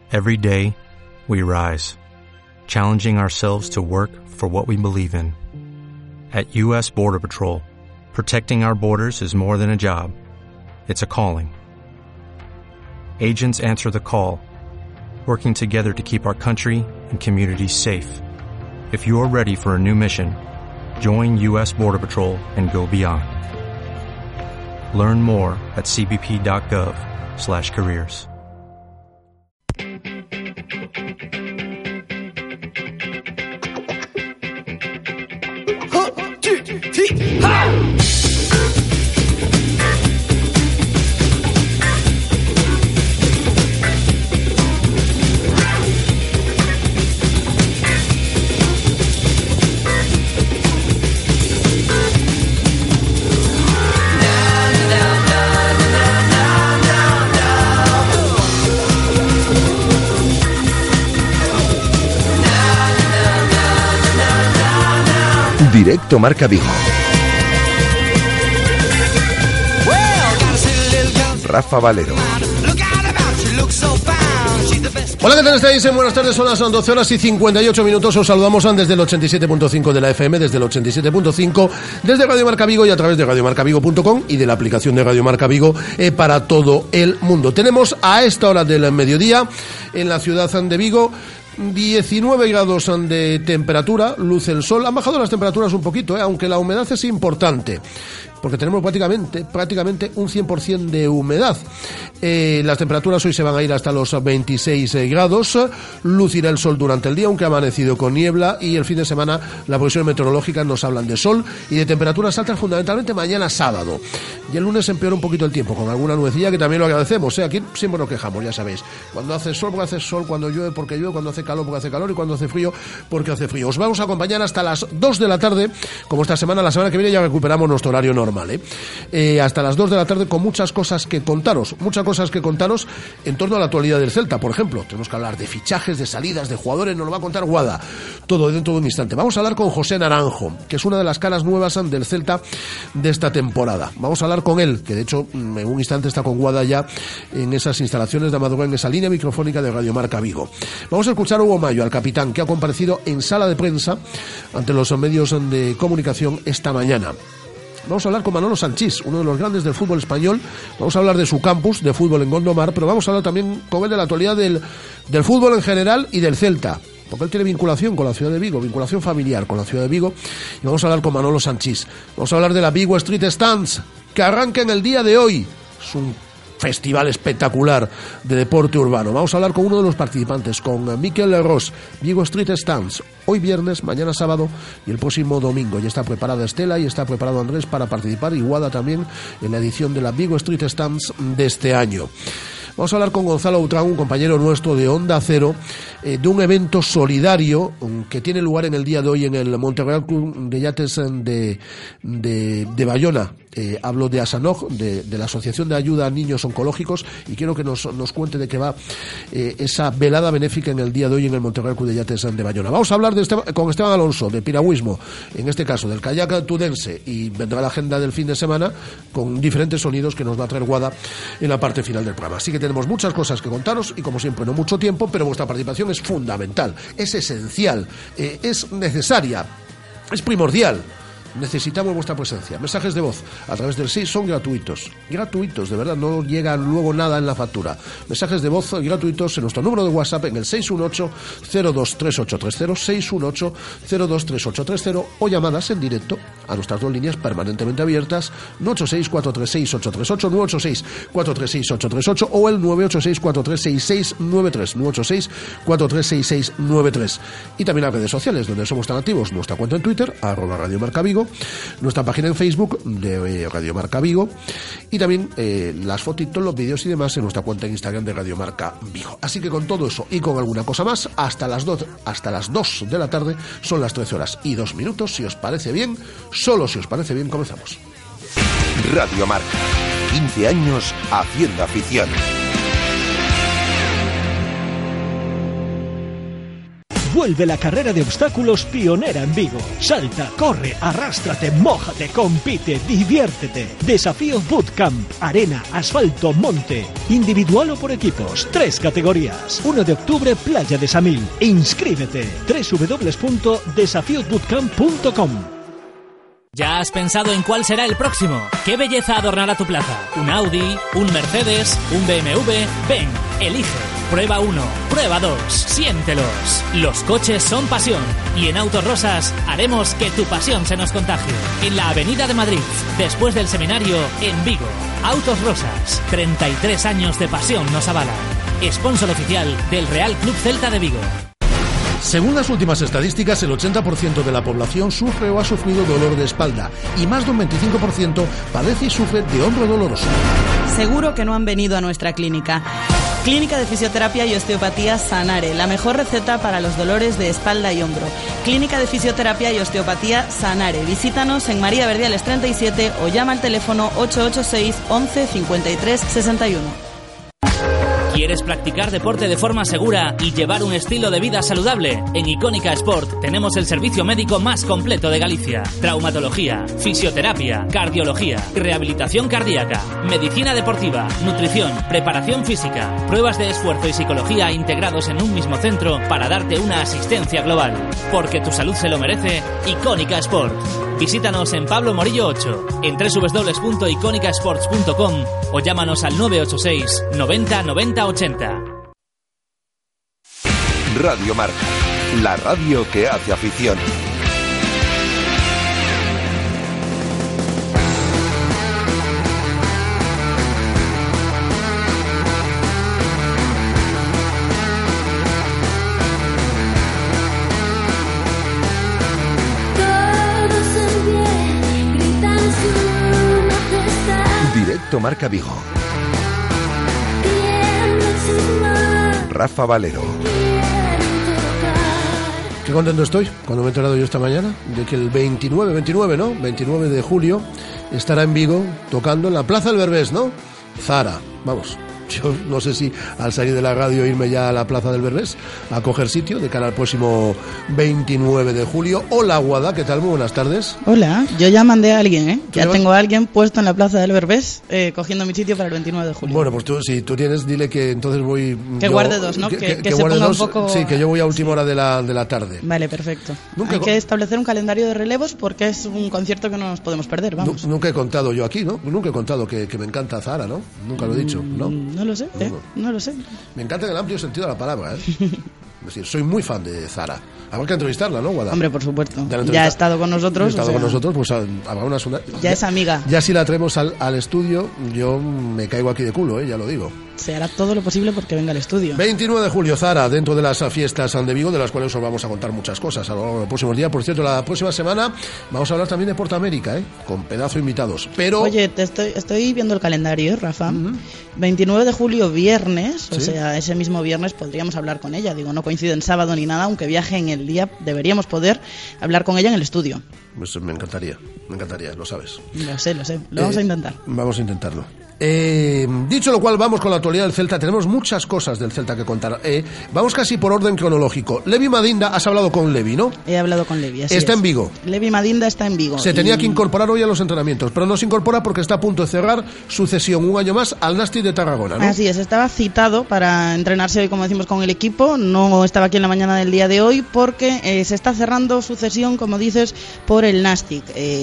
Every day, we rise, challenging ourselves to work for what we believe in. At U.S. Border Patrol, protecting our borders is more than a job. It's a calling. Agents answer the call, working together to keep our country and communities safe. If you are ready for a new mission, join U.S. Border Patrol and go beyond. Learn more at cbp.gov/careers. Directo Marca Vigo. Rafa Valero. Hola, ¿qué tal estáis? Buenas tardes, son las 12 horas y 58 minutos. Os saludamos desde el 87.5 de la FM, desde el 87.5, desde Radio Marca Vigo y a través de radiomarcavigo.com y de la aplicación de Radio Marca Vigo para todo el mundo. Tenemos a esta hora del mediodía en la ciudad de Vigo 19 grados de temperatura, luce el sol. Han bajado las temperaturas un poquito, aunque la humedad es importante, porque tenemos prácticamente un 100% de humedad. Las temperaturas hoy se van a ir hasta los 26 grados, lucirá el sol durante el día, aunque ha amanecido con niebla, y el fin de semana las previsiones meteorológicas nos hablan de sol y de temperaturas altas fundamentalmente mañana sábado. Y el lunes empeora un poquito el tiempo, con alguna nubecilla que también lo agradecemos. Aquí siempre nos quejamos, ya sabéis. Cuando hace sol, porque hace sol, cuando llueve, porque llueve, cuando hace calor, porque hace calor, y cuando hace frío, porque hace frío. Os vamos a acompañar hasta las 2 de la tarde, como esta semana. La semana que viene ya recuperamos nuestro horario normal, hasta las 2 de la tarde, con muchas cosas que contaros en torno a la actualidad del Celta. Por ejemplo, tenemos que hablar de fichajes, de salidas, de jugadores, nos lo va a contar Guada, todo dentro de un instante. Vamos a hablar con José Naranjo, que es una de las caras nuevas del Celta de esta temporada. Vamos a hablar con él, que de hecho en un instante está con Guada ya en esas instalaciones de Amadora, en esa línea microfónica de Radio Marca Vigo. Vamos a escuchar a Hugo Mayo, al capitán, que ha comparecido en sala de prensa ante los medios de comunicación esta mañana. Vamos a hablar con Manolo Sanchís, uno de los grandes del fútbol español. Vamos a hablar de su campus de fútbol en Gondomar, pero vamos a hablar también con él de la actualidad del fútbol en general y del Celta, porque él tiene vinculación con la ciudad de Vigo, vinculación familiar con la ciudad de Vigo. Y vamos a hablar con Manolo Sanchís. Vamos a hablar de la Vigo Street Stands, que arranca en el día de hoy. Es un festival espectacular de deporte urbano. Vamos a hablar con uno de los participantes, con Miquel Ross. Vigo Street Stands, hoy viernes, mañana sábado y el próximo domingo. Ya está preparada Estela y está preparado Andrés para participar, y Guada también, en la edición de la Vigo Street Stands de este año. Vamos a hablar con Gonzalo Utrán, un compañero nuestro de Onda Cero, de un evento solidario que tiene lugar en el día de hoy en el Monterreal Club de Yates de Bayona. Hablo de ASANOG, de la Asociación de Ayuda a Niños Oncológicos, y quiero que nos cuente de qué va esa velada benéfica en el día de hoy en el Monterreal Club de Yates de Bayona. Vamos a hablar con Esteban Alonso, de piragüismo, en este caso del kayak tudense, y vendrá la agenda del fin de semana con diferentes sonidos que nos va a traer Guada en la parte final del programa. Así que tenemos muchas cosas que contaros y, como siempre, no mucho tiempo, pero vuestra participación es fundamental, es esencial, es necesaria, es primordial. Necesitamos vuestra presencia. Mensajes de voz a través del 6 son gratuitos, de verdad, no llega luego nada en la factura. Mensajes de voz gratuitos en nuestro número de WhatsApp en el 618-023830, 618-023830, o llamadas en directo a nuestras dos líneas permanentemente abiertas, 986-436-838, 986-436-838 o el 986-436693, 986-436693. Y también las redes sociales, donde somos tan activos: nuestra cuenta en Twitter, @Radio Marca Vigo, nuestra página en Facebook de Radio Marca Vigo, y también las fotitos, los vídeos y demás en nuestra cuenta en Instagram de Radio Marca Vigo. Así que con todo eso y con alguna cosa más, hasta las 2 de la tarde, son las 13 horas y 2 minutos. Si os parece bien, solo si os parece bien, comenzamos. Radio Marca, 15 años haciendo afición. Vuelve la carrera de obstáculos pionera en Vigo. Salta, corre, arrástrate, mójate, compite, diviértete. Desafío Bootcamp, arena, asfalto, monte. Individual o por equipos, 3 categorías. 1 de octubre, Playa de Samil. Inscríbete. www.desafiosbootcamp.com. ¿Ya has pensado en cuál será el próximo? ¿Qué belleza adornará tu plaza? ¿Un Audi? ¿Un Mercedes? ¿Un BMW? Ven, elige. Prueba 1, prueba 2, siéntelos. Los coches son pasión y en Autos Rosas haremos que tu pasión se nos contagie. En la Avenida de Madrid, después del seminario, en Vigo. Autos Rosas, 33 años de pasión nos avalan. Sponsor oficial del Real Club Celta de Vigo. Según las últimas estadísticas, el 80% de la población sufre o ha sufrido dolor de espalda y más de un 25% padece y sufre de hombro doloroso. Seguro que no han venido a nuestra clínica. Clínica de Fisioterapia y Osteopatía Sanare, la mejor receta para los dolores de espalda y hombro. Clínica de Fisioterapia y Osteopatía Sanare. Visítanos en María Verdiales 37 o llama al teléfono 886 11 53 61. ¿Quieres practicar deporte de forma segura y llevar un estilo de vida saludable? En Icónica Sport tenemos el servicio médico más completo de Galicia. Traumatología, fisioterapia, cardiología, rehabilitación cardíaca, medicina deportiva, nutrición, preparación física, pruebas de esfuerzo y psicología integrados en un mismo centro para darte una asistencia global. Porque tu salud se lo merece, Icónica Sport. Visítanos en Pablo Morillo 8, en www.iconicasports.com o llámanos al 986 90 90 80. Radio Marca, la radio que hace afición. Directo Marca Vigo. Rafa Valero. Qué contento estoy cuando me he enterado yo esta mañana de que el 29 de julio estará en Vigo tocando en la Plaza del Berbés, ¿no? Zara, vamos. Yo no sé si al salir de la radio irme ya a la Plaza del Berbés a coger sitio de cara al próximo 29 de julio. Hola, Guada, ¿qué tal? Muy buenas tardes. Hola, yo ya mandé a alguien, ¿eh? Ya tengo a alguien puesto en la Plaza del Berbés cogiendo mi sitio para el 29 de julio. Bueno, pues tú, si tú tienes, dile que entonces voy... Que guarde dos, ¿no? Que se ponga un poco... Sí, que yo voy a última hora de la tarde. Vale, perfecto. Hay que establecer un calendario de relevos porque es un concierto que no nos podemos perder, vamos. Nunca he contado yo aquí, ¿no? Nunca he contado que me encanta Zara, ¿no? Nunca lo he dicho, ¿no? No lo sé, no lo sé. Me encanta en el amplio sentido de la palabra, ¿eh? Es decir, soy muy fan de Zara. Habrá que entrevistarla, ¿no, Guada? Hombre, por supuesto. Ya ha estado con nosotros. Pues habrá una... Ya es amiga. Ya si la traemos al estudio, yo me caigo aquí de culo, ya lo digo. Se hará todo lo posible porque venga al estudio. 29 de julio, Zara, dentro de las fiestas de Vigo, de las cuales os vamos a contar muchas cosas a lo largo de los próximos días. Por cierto, la próxima semana vamos a hablar también de Portamérica, con pedazo de invitados. Pero... Oye, estoy viendo el calendario, Rafa. 29 de julio, viernes, ¿sí? O sea, ese mismo viernes podríamos hablar con ella. Digo, no coincide en sábado ni nada, aunque viaje en el día, deberíamos poder hablar con ella en el estudio. Pues me encantaría, lo sabes. Lo sé, lo vamos a intentar. Vamos a intentarlo. Dicho lo cual, vamos con la actualidad del Celta. Tenemos muchas cosas del Celta que contar. Vamos casi por orden cronológico. Levi Madinda, has hablado con Levi, ¿no? He hablado con Levi, así está es. En Vigo. Levi Madinda está en Vigo. Se tenía que incorporar hoy a los entrenamientos, pero no se incorpora porque está a punto de cerrar su cesión un año más al Nasti de Tarragona, ¿no? Así es, estaba citado para entrenarse hoy, como decimos, con el equipo. No estaba aquí en la mañana del día de hoy porque se está cerrando su cesión, como dices, por el Nasti.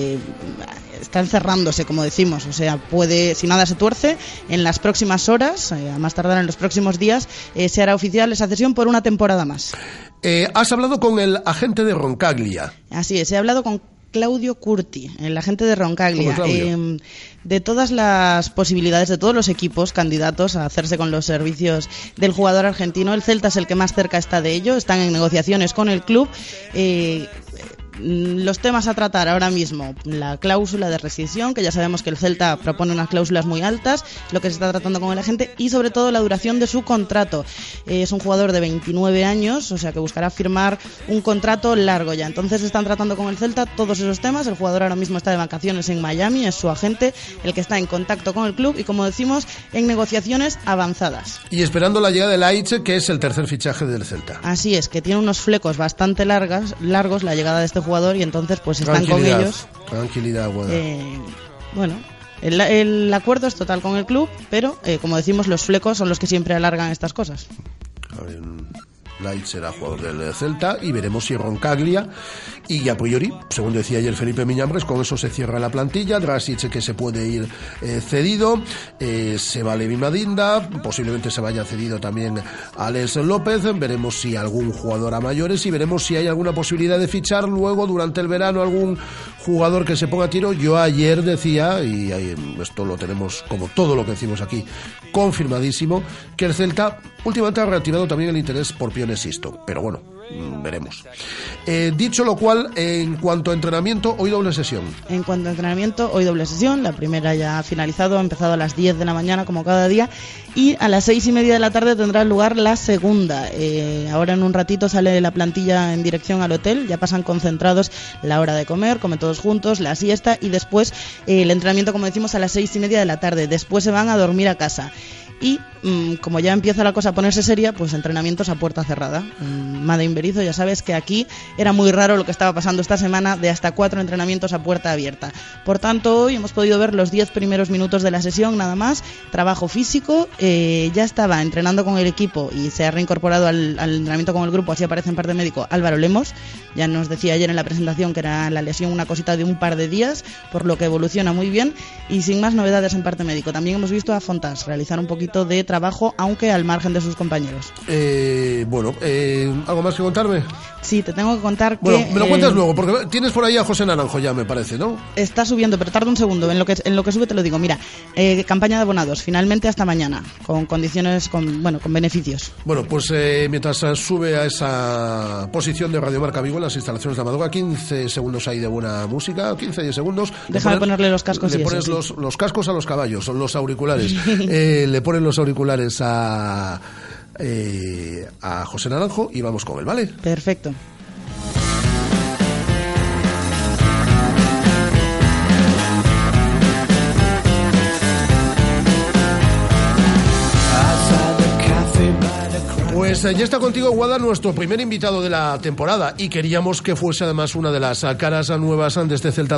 Están cerrándose, como decimos, o sea, puede, si nada se tuerce, en las próximas horas, a más tardar en los próximos días, se hará oficial esa cesión por una temporada más. Has hablado con el agente de Roncaglia. Así es, he hablado con Claudio Curti, el agente de Roncaglia. De todas las posibilidades, de todos los equipos candidatos a hacerse con los servicios del jugador argentino, el Celta es el que más cerca está de ello. Están en negociaciones con el club. los temas a tratar ahora mismo, la cláusula de rescisión, que ya sabemos que el Celta propone unas cláusulas muy altas, lo que se está tratando con el agente, y sobre todo la duración de su contrato. Es un jugador de 29 años, o sea que buscará firmar un contrato largo ya. Entonces están tratando con el Celta todos esos temas. El jugador ahora mismo está de vacaciones en Miami, es su agente el que está en contacto con el club y, como decimos, en negociaciones avanzadas. Y esperando la llegada de Laiz, que es el tercer fichaje del Celta. Así es, que tiene unos flecos bastante largos la llegada de este jugador, y entonces pues están con ellos. Tranquilidad, bueno, el acuerdo es total con el club, pero como decimos, los flecos son los que siempre alargan estas cosas. Laiz será jugador del Celta y veremos si Roncaglia, y a priori, según decía ayer Felipe Miñambres, con eso se cierra la plantilla. Drasic, que se puede ir cedido, se va Levi Madinda, posiblemente se vaya cedido también Alex López. Veremos si algún jugador a mayores y veremos si hay alguna posibilidad de fichar luego durante el verano algún jugador que se ponga a tiro. Yo ayer decía, y esto lo tenemos como todo lo que decimos aquí confirmadísimo, que el Celta últimamente ha reactivado también el interés por Pione Sisto, pero bueno, veremos. Dicho lo cual, en cuanto a entrenamiento, hoy doble sesión. En cuanto a entrenamiento, hoy doble sesión. La primera ya ha finalizado, ha empezado a las 10 de la mañana como cada día, y a las 6:30 de la tarde tendrá lugar la segunda. Ahora en un ratito sale la plantilla en dirección al hotel, ya pasan concentrados la hora de comer, comen todos juntos, la siesta, y después el entrenamiento, como decimos, a las 6:30 de la tarde. Después se van a dormir a casa. Y como ya empieza la cosa a ponerse seria, pues entrenamientos a puerta cerrada. Made in Berizo, ya sabes que aquí era muy raro lo que estaba pasando esta semana, de hasta 4 entrenamientos a puerta abierta. Por tanto, hoy hemos podido ver los 10 primeros minutos de la sesión, nada más. Trabajo físico, ya estaba entrenando con el equipo y se ha reincorporado al entrenamiento con el grupo, así aparece en parte médico, Álvaro Lemos. Ya nos decía ayer en la presentación que era la lesión una cosita de un par de días, por lo que evoluciona muy bien y sin más novedades en parte médico. También hemos visto a Fontas realizar un poquito de trabajo, aunque al margen de sus compañeros. ¿Algo más que contarme? Sí, te tengo que contar que... Bueno, me lo cuentas luego, porque tienes por ahí a José Naranjo ya, me parece, ¿no? Está subiendo, pero tarda un segundo. En lo que sube te lo digo. Mira, campaña de abonados, finalmente hasta mañana, con condiciones, con beneficios. Bueno, pues mientras sube a esa posición de Radio Marca Vigo en las instalaciones de Amadora, 15 segundos ahí de buena música, 15-10 segundos. Déjame ponerle los cascos. Le pones los cascos a los caballos, son los auriculares. Le ponen los auriculares a José Naranjo y vamos con él, ¿vale? Perfecto. Pues ya está contigo, Guada, nuestro primer invitado de la temporada, y queríamos que fuese además una de las caras nuevas de este Celta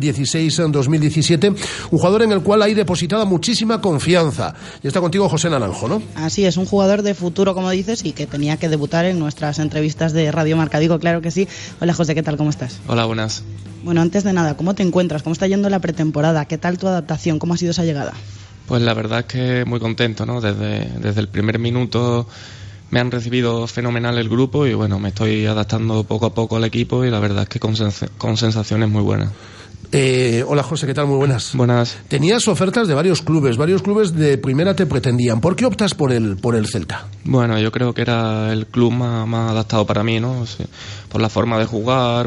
2016-2017, un jugador en el cual hay depositada muchísima confianza. Ya está contigo José Naranjo, ¿no? Así es, un jugador de futuro, como dices, y que tenía que debutar en nuestras entrevistas de Radio Marca Vigo, claro que sí. Hola José, ¿qué tal? ¿Cómo estás? Hola, buenas. Bueno, antes de nada, ¿cómo te encuentras? ¿Cómo está yendo la pretemporada? ¿Qué tal tu adaptación? ¿Cómo ha sido esa llegada? Pues la verdad es que muy contento, ¿no? Desde el primer minuto me han recibido fenomenal el grupo y bueno, me estoy adaptando poco a poco al equipo y la verdad es que con sensaciones muy buenas. Hola José, ¿qué tal? Muy buenas. Buenas. Tenías ofertas de varios clubes de primera te pretendían. ¿Por qué optas por el Celta? Bueno, yo creo que era el club más adaptado para mí, ¿no? O sea, por la forma de jugar,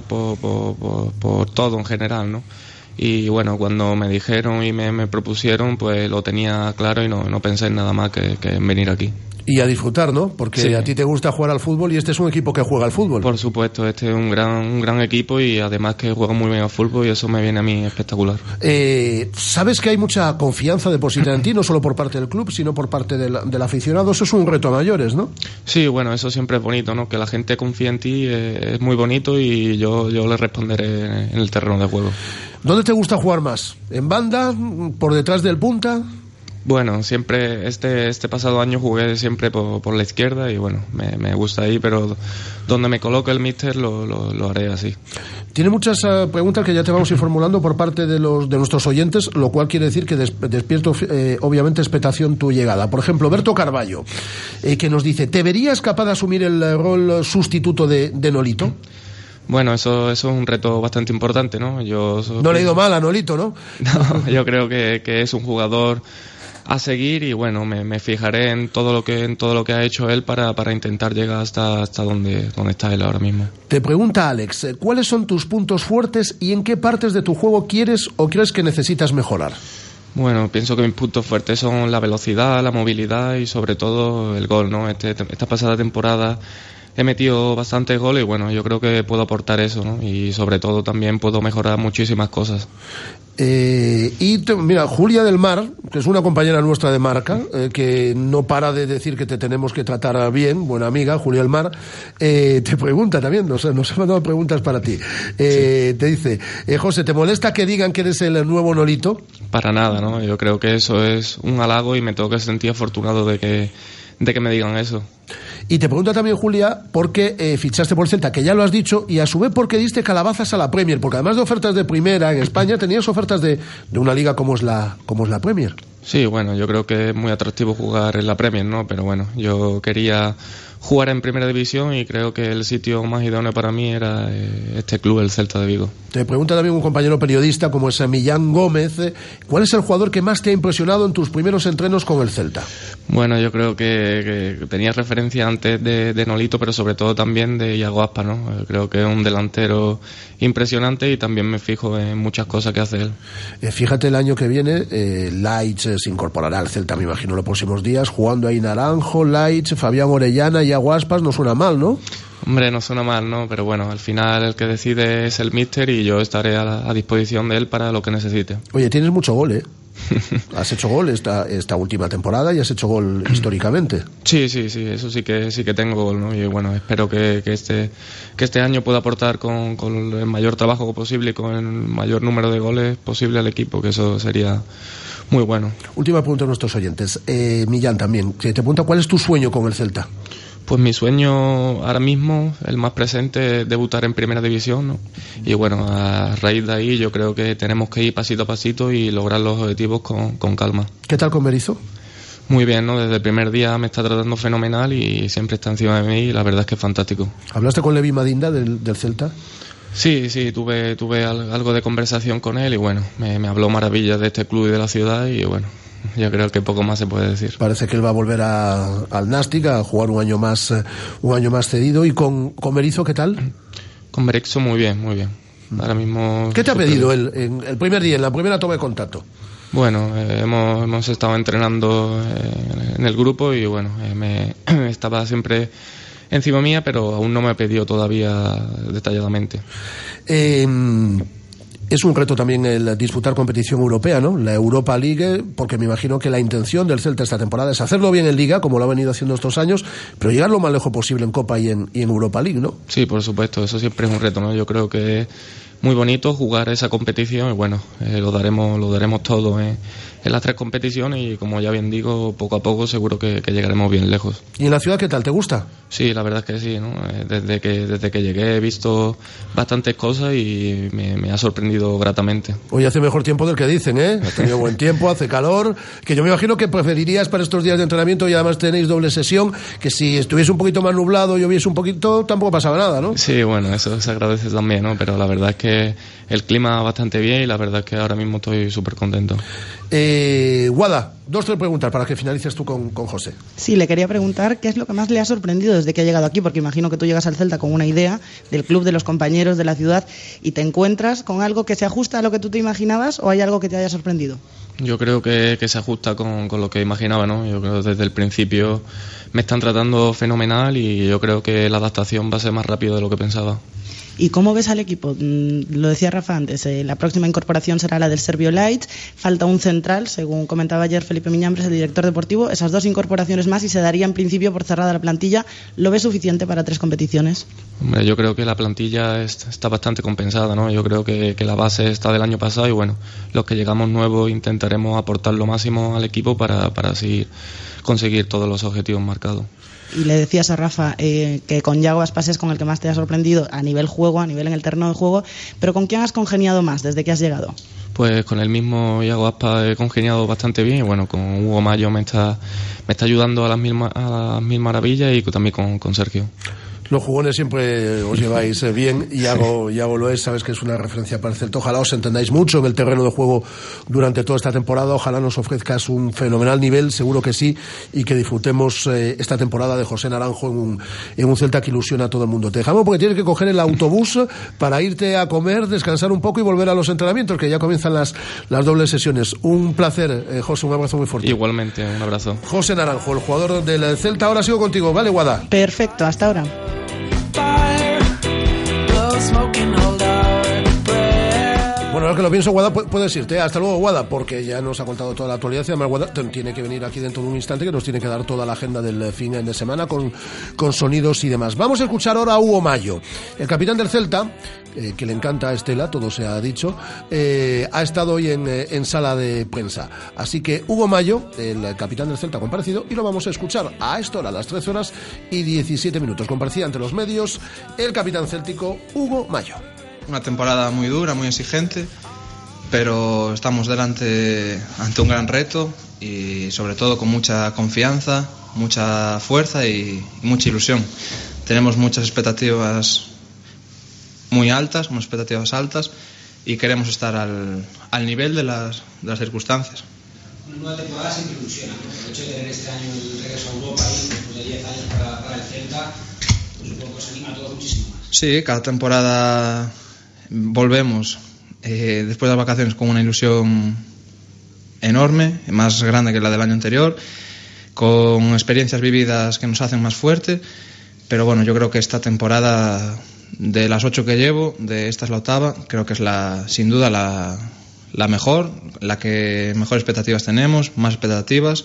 por todo en general, ¿no? Y bueno, cuando me dijeron y me propusieron, pues lo tenía claro y no pensé en nada más que en venir aquí. Y a disfrutar, ¿no? Porque sí, a ti te gusta jugar al fútbol y este es un equipo que juega al fútbol. Por supuesto, este es un gran equipo y además que juega muy bien al fútbol y eso me viene a mí espectacular. ¿Sabes que hay mucha confianza depositada en ti, no solo por parte del club, sino por parte del aficionado? Eso es un reto a mayores, ¿no? Sí, bueno, eso siempre es bonito, ¿no? Que la gente confíe en ti es muy bonito y yo le responderé en el terreno de juego. ¿Dónde te gusta jugar más? ¿En banda? ¿Por detrás del punta? Bueno, siempre este pasado año jugué siempre por la izquierda y bueno, me gusta ahí, pero donde me coloque el míster lo haré así. Tiene muchas preguntas que ya te vamos a ir formulando por parte de nuestros oyentes, lo cual quiere decir que despierto obviamente expectación tu llegada. Por ejemplo, Berto Carballo, que nos dice, ¿te verías capaz de asumir el rol sustituto de Nolito? Bueno, eso es un reto bastante importante, ¿no? No le ha ido mal a Nolito, ¿no? No, yo creo que es un jugador a seguir y bueno, me fijaré en todo lo que ha hecho él para intentar llegar hasta donde está él ahora mismo. Te pregunta Alex, ¿cuáles son tus puntos fuertes y en qué partes de tu juego quieres o crees que necesitas mejorar? Bueno, pienso que mis puntos fuertes son la velocidad, la movilidad y sobre todo el gol, ¿no? Esta pasada temporada he metido bastantes goles y bueno, yo creo que puedo aportar eso, ¿no? Y sobre todo también puedo mejorar muchísimas cosas. Mira, Julia del Mar, que es una compañera nuestra de marca, que no para de decir que te tenemos que tratar bien, buena amiga, Julia del Mar, te pregunta también, nos ha mandado preguntas para ti. Te dice, José, ¿te molesta que digan que eres el nuevo Nolito? Para nada, ¿no? Yo creo que eso es un halago y me tengo que sentir afortunado de que me digan eso. Y te pregunta también Julia por qué fichaste por el Celta, que ya lo has dicho, y a su vez por qué diste calabazas a la Premier, porque además de ofertas de primera en España, tenías ofertas de una liga como es la Premier. Sí, bueno, yo creo que es muy atractivo jugar en la Premier, ¿no? Pero bueno, yo quería jugar en Primera División y creo que el sitio más idóneo para mí era este club, el Celta de Vigo. Te pregunta también un compañero periodista como es Millán Gómez, ¿cuál es el jugador que más te ha impresionado en tus primeros entrenos con el Celta? Bueno, yo creo que tenía referencia antes de Nolito, pero sobre todo también de Iago Aspas, ¿no? Creo que es un delantero impresionante y también me fijo en muchas cosas que hace él. Fíjate, el año que viene Leitch se incorporará al Celta, me imagino, los próximos días, jugando ahí Naranjo, Leitch, Fabián Orellana y Iago Aspas. No suena mal, ¿no? Hombre, no suena mal, ¿no? Pero bueno, al final el que decide es el míster y yo estaré a disposición de él para lo que necesite. Oye, tienes mucho gol, ¿eh? Has hecho gol esta última temporada y has hecho gol históricamente. Sí, eso sí que tengo gol, ¿no? Y bueno, espero que este año pueda aportar con el mayor trabajo posible y con el mayor número de goles posible al equipo, que eso sería muy bueno. Última pregunta a nuestros oyentes. Millán también, te pregunta ¿cuál es tu sueño con el Celta? Pues mi sueño ahora mismo, el más presente, es debutar en Primera División, ¿no? Y bueno, a raíz de ahí yo creo que tenemos que ir pasito a pasito y lograr los objetivos con calma. ¿Qué tal con Berizzo? Muy bien, ¿no? Desde el primer día me está tratando fenomenal y siempre está encima de mí y la verdad es que es fantástico. ¿Hablaste con Levi Madinda del Celta? Sí, tuve algo de conversación con él y bueno, me habló maravillas de este club y de la ciudad y bueno, yo creo que poco más se puede decir. Parece que él va a volver al Nastic a jugar un año más cedido. ¿Y con Berizzo qué tal? Con Berizzo muy bien. Ahora mismo. ¿Qué te ha pedido él en el primer día, en la primera toma de contacto? Bueno, hemos estado entrenando en el grupo y bueno, me estaba siempre encima mía, pero aún no me ha pedido todavía detalladamente. Es un reto también el disputar competición europea, ¿no? La Europa League, porque me imagino que la intención del Celta esta temporada es hacerlo bien en Liga, como lo ha venido haciendo estos años, pero llegar lo más lejos posible en Copa y en Europa League, ¿no? Sí, por supuesto, eso siempre es un reto, ¿no? Yo creo que es muy bonito jugar esa competición y bueno, lo daremos todo en las tres competiciones y como ya bien digo, poco a poco seguro que llegaremos bien lejos. ¿Y en la ciudad qué tal? ¿Te gusta? Sí, la verdad es que sí, ¿no? Desde que llegué he visto bastantes cosas y me ha sorprendido gratamente. Hoy hace mejor tiempo del que dicen, ¿eh? Ha tenido buen tiempo, hace calor, que yo me imagino que preferirías para estos días de entrenamiento y además tenéis doble sesión, que si estuviese un poquito más nublado, lloviese un poquito, tampoco pasaba nada, ¿no? Sí, bueno, eso se agradece también, ¿no? Pero la verdad es que el clima bastante bien y la verdad es que ahora mismo estoy súper contento. Guada, 2-3 preguntas para que finalices tú con José. Sí, le quería preguntar qué es lo que más le ha sorprendido desde que ha llegado aquí, porque imagino que tú llegas al Celta con una idea del club, de los compañeros, de la ciudad, y te encuentras con algo que se ajusta a lo que tú te imaginabas, o hay algo que te haya sorprendido. Yo creo que se ajusta con lo que imaginaba, ¿no? Yo creo que desde el principio me están tratando fenomenal y yo creo que la adaptación va a ser más rápida de lo que pensaba. ¿Y cómo ves al equipo? Lo decía Rafa antes, la próxima incorporación será la del Serbio Light, falta un central, según comentaba ayer Felipe Miñambres, el director deportivo, esas 2 incorporaciones más y se daría en principio por cerrada la plantilla. ¿Lo ves suficiente para 3 competiciones? Hombre, yo creo que la plantilla está bastante compensada, ¿no? Yo creo que la base está del año pasado y bueno, los que llegamos nuevos intentaremos aportar lo máximo al equipo para así conseguir todos los objetivos marcados. Y le decías a Rafa que con Iago Aspas es con el que más te ha sorprendido a nivel juego, a nivel en el terreno de juego, pero ¿con quién has congeniado más desde que has llegado? Pues con el mismo Iago Aspas he congeniado bastante bien y bueno, con Hugo Mayo me está ayudando a las mil maravillas y también con Sergio. Los jugones siempre os lleváis bien, y Iago lo es, sabes que es una referencia para el Celta. Ojalá os entendáis mucho en el terreno de juego durante toda esta temporada, ojalá nos ofrezcas un fenomenal nivel, seguro que sí, y que disfrutemos esta temporada de José Naranjo en un Celta que ilusiona a todo el mundo. Te dejamos porque tienes que coger el autobús para irte a comer, descansar un poco y volver a los entrenamientos, que ya comienzan las dobles sesiones. Un placer, José, un abrazo muy fuerte. Igualmente, un abrazo. José Naranjo, el jugador del Celta. Ahora sigo contigo, ¿vale, Guada? Perfecto, hasta ahora. Bueno, ahora que lo pienso, Guada, puedes irte. Hasta luego, Guada, porque ya nos ha contado toda la actualidad. Y además, Guada tiene que venir aquí dentro de un instante, que nos tiene que dar toda la agenda del fin de semana con sonidos y demás. Vamos a escuchar ahora a Hugo Mallo, el capitán del Celta, que le encanta a Estela, todo se ha dicho. Ha estado hoy en sala de prensa. Así que Hugo Mallo, el capitán del Celta, ha comparecido y lo vamos a escuchar a esta hora, a las 13 horas y 17 minutos. Comparecía ante los medios el capitán céltico Hugo Mallo. Una temporada muy dura, muy exigente, pero estamos ante un gran reto y sobre todo con mucha confianza, mucha fuerza y mucha ilusión. Tenemos muchas expectativas muy altas, unas expectativas altas, y queremos estar al nivel de las circunstancias. Una nueva temporada siempre ilusiona, ¿no? El hecho de tener este año el regreso a Europa y después de 10 años para el Celta, pues supongo que os anima a todos muchísimo más. Sí, cada temporada volvemos después de las vacaciones con una ilusión enorme, más grande que la del año anterior, con experiencias vividas que nos hacen más fuerte, pero bueno, yo creo que esta temporada, de las 8 que llevo, esta es la octava, creo que es sin duda la mejor, la que mejores expectativas tenemos, más expectativas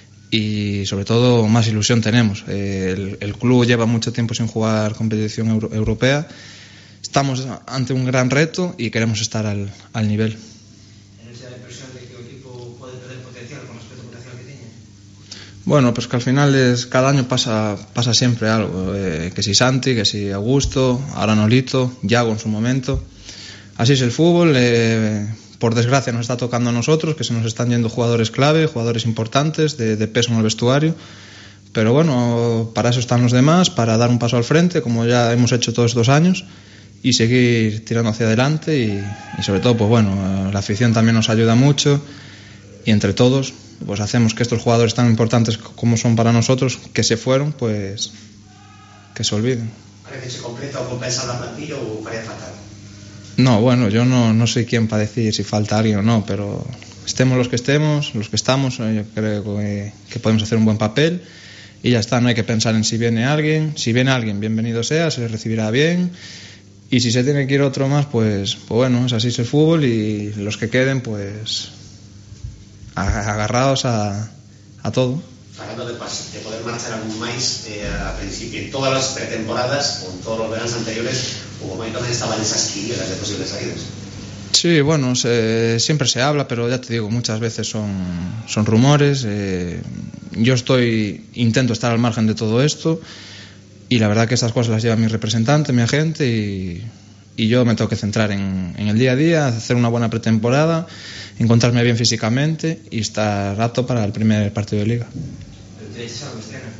y sobre todo más ilusión tenemos. El club lleva mucho tiempo sin jugar competición europea. Estamos ante un gran reto y queremos estar al nivel. ¿Tienes la impresión de que el equipo puede perder potencial con respecto al potencial que tiene? Bueno, pues que al final cada año pasa siempre algo. Que si Santi, que si Augusto, ahora Nolito, Iago en su momento. Así es el fútbol. Por desgracia nos está tocando a nosotros, que se nos están yendo jugadores clave, jugadores importantes, de peso en el vestuario. Pero bueno, para eso están los demás, para dar un paso al frente, como ya hemos hecho todos estos años, y seguir tirando hacia adelante y sobre todo, pues bueno, la afición también nos ayuda mucho y entre todos pues hacemos que estos jugadores tan importantes como son para nosotros, que se fueron, pues que se olviden. ¿Parece que se completa o compensa la plantilla o parece fatal? No, bueno, yo no soy quien para decir si falta alguien o no, pero estemos los que estamos, yo creo que podemos hacer un buen papel y ya está, no hay que pensar en si viene alguien, bienvenido sea, se le recibirá bien. Y si se tiene que ir otro más, pues bueno, así es el fútbol y los que queden, pues agarrados a todo. Hablando de poder marchar algún máis, a principio, en todas las pretemporadas, o en todos los veranos anteriores, Hugo Mallo también estaba en esas quinielas de posibles salidas. Sí, bueno, siempre se habla, pero ya te digo, muchas veces son rumores. Yo intento estar al margen de todo esto. Y la verdad que estas cosas las lleva mi representante, mi agente, y yo me tengo que centrar en el día a día, hacer una buena pretemporada, encontrarme bien físicamente y estar apto para el primer partido de Liga. ¿Pero te dices algo externo?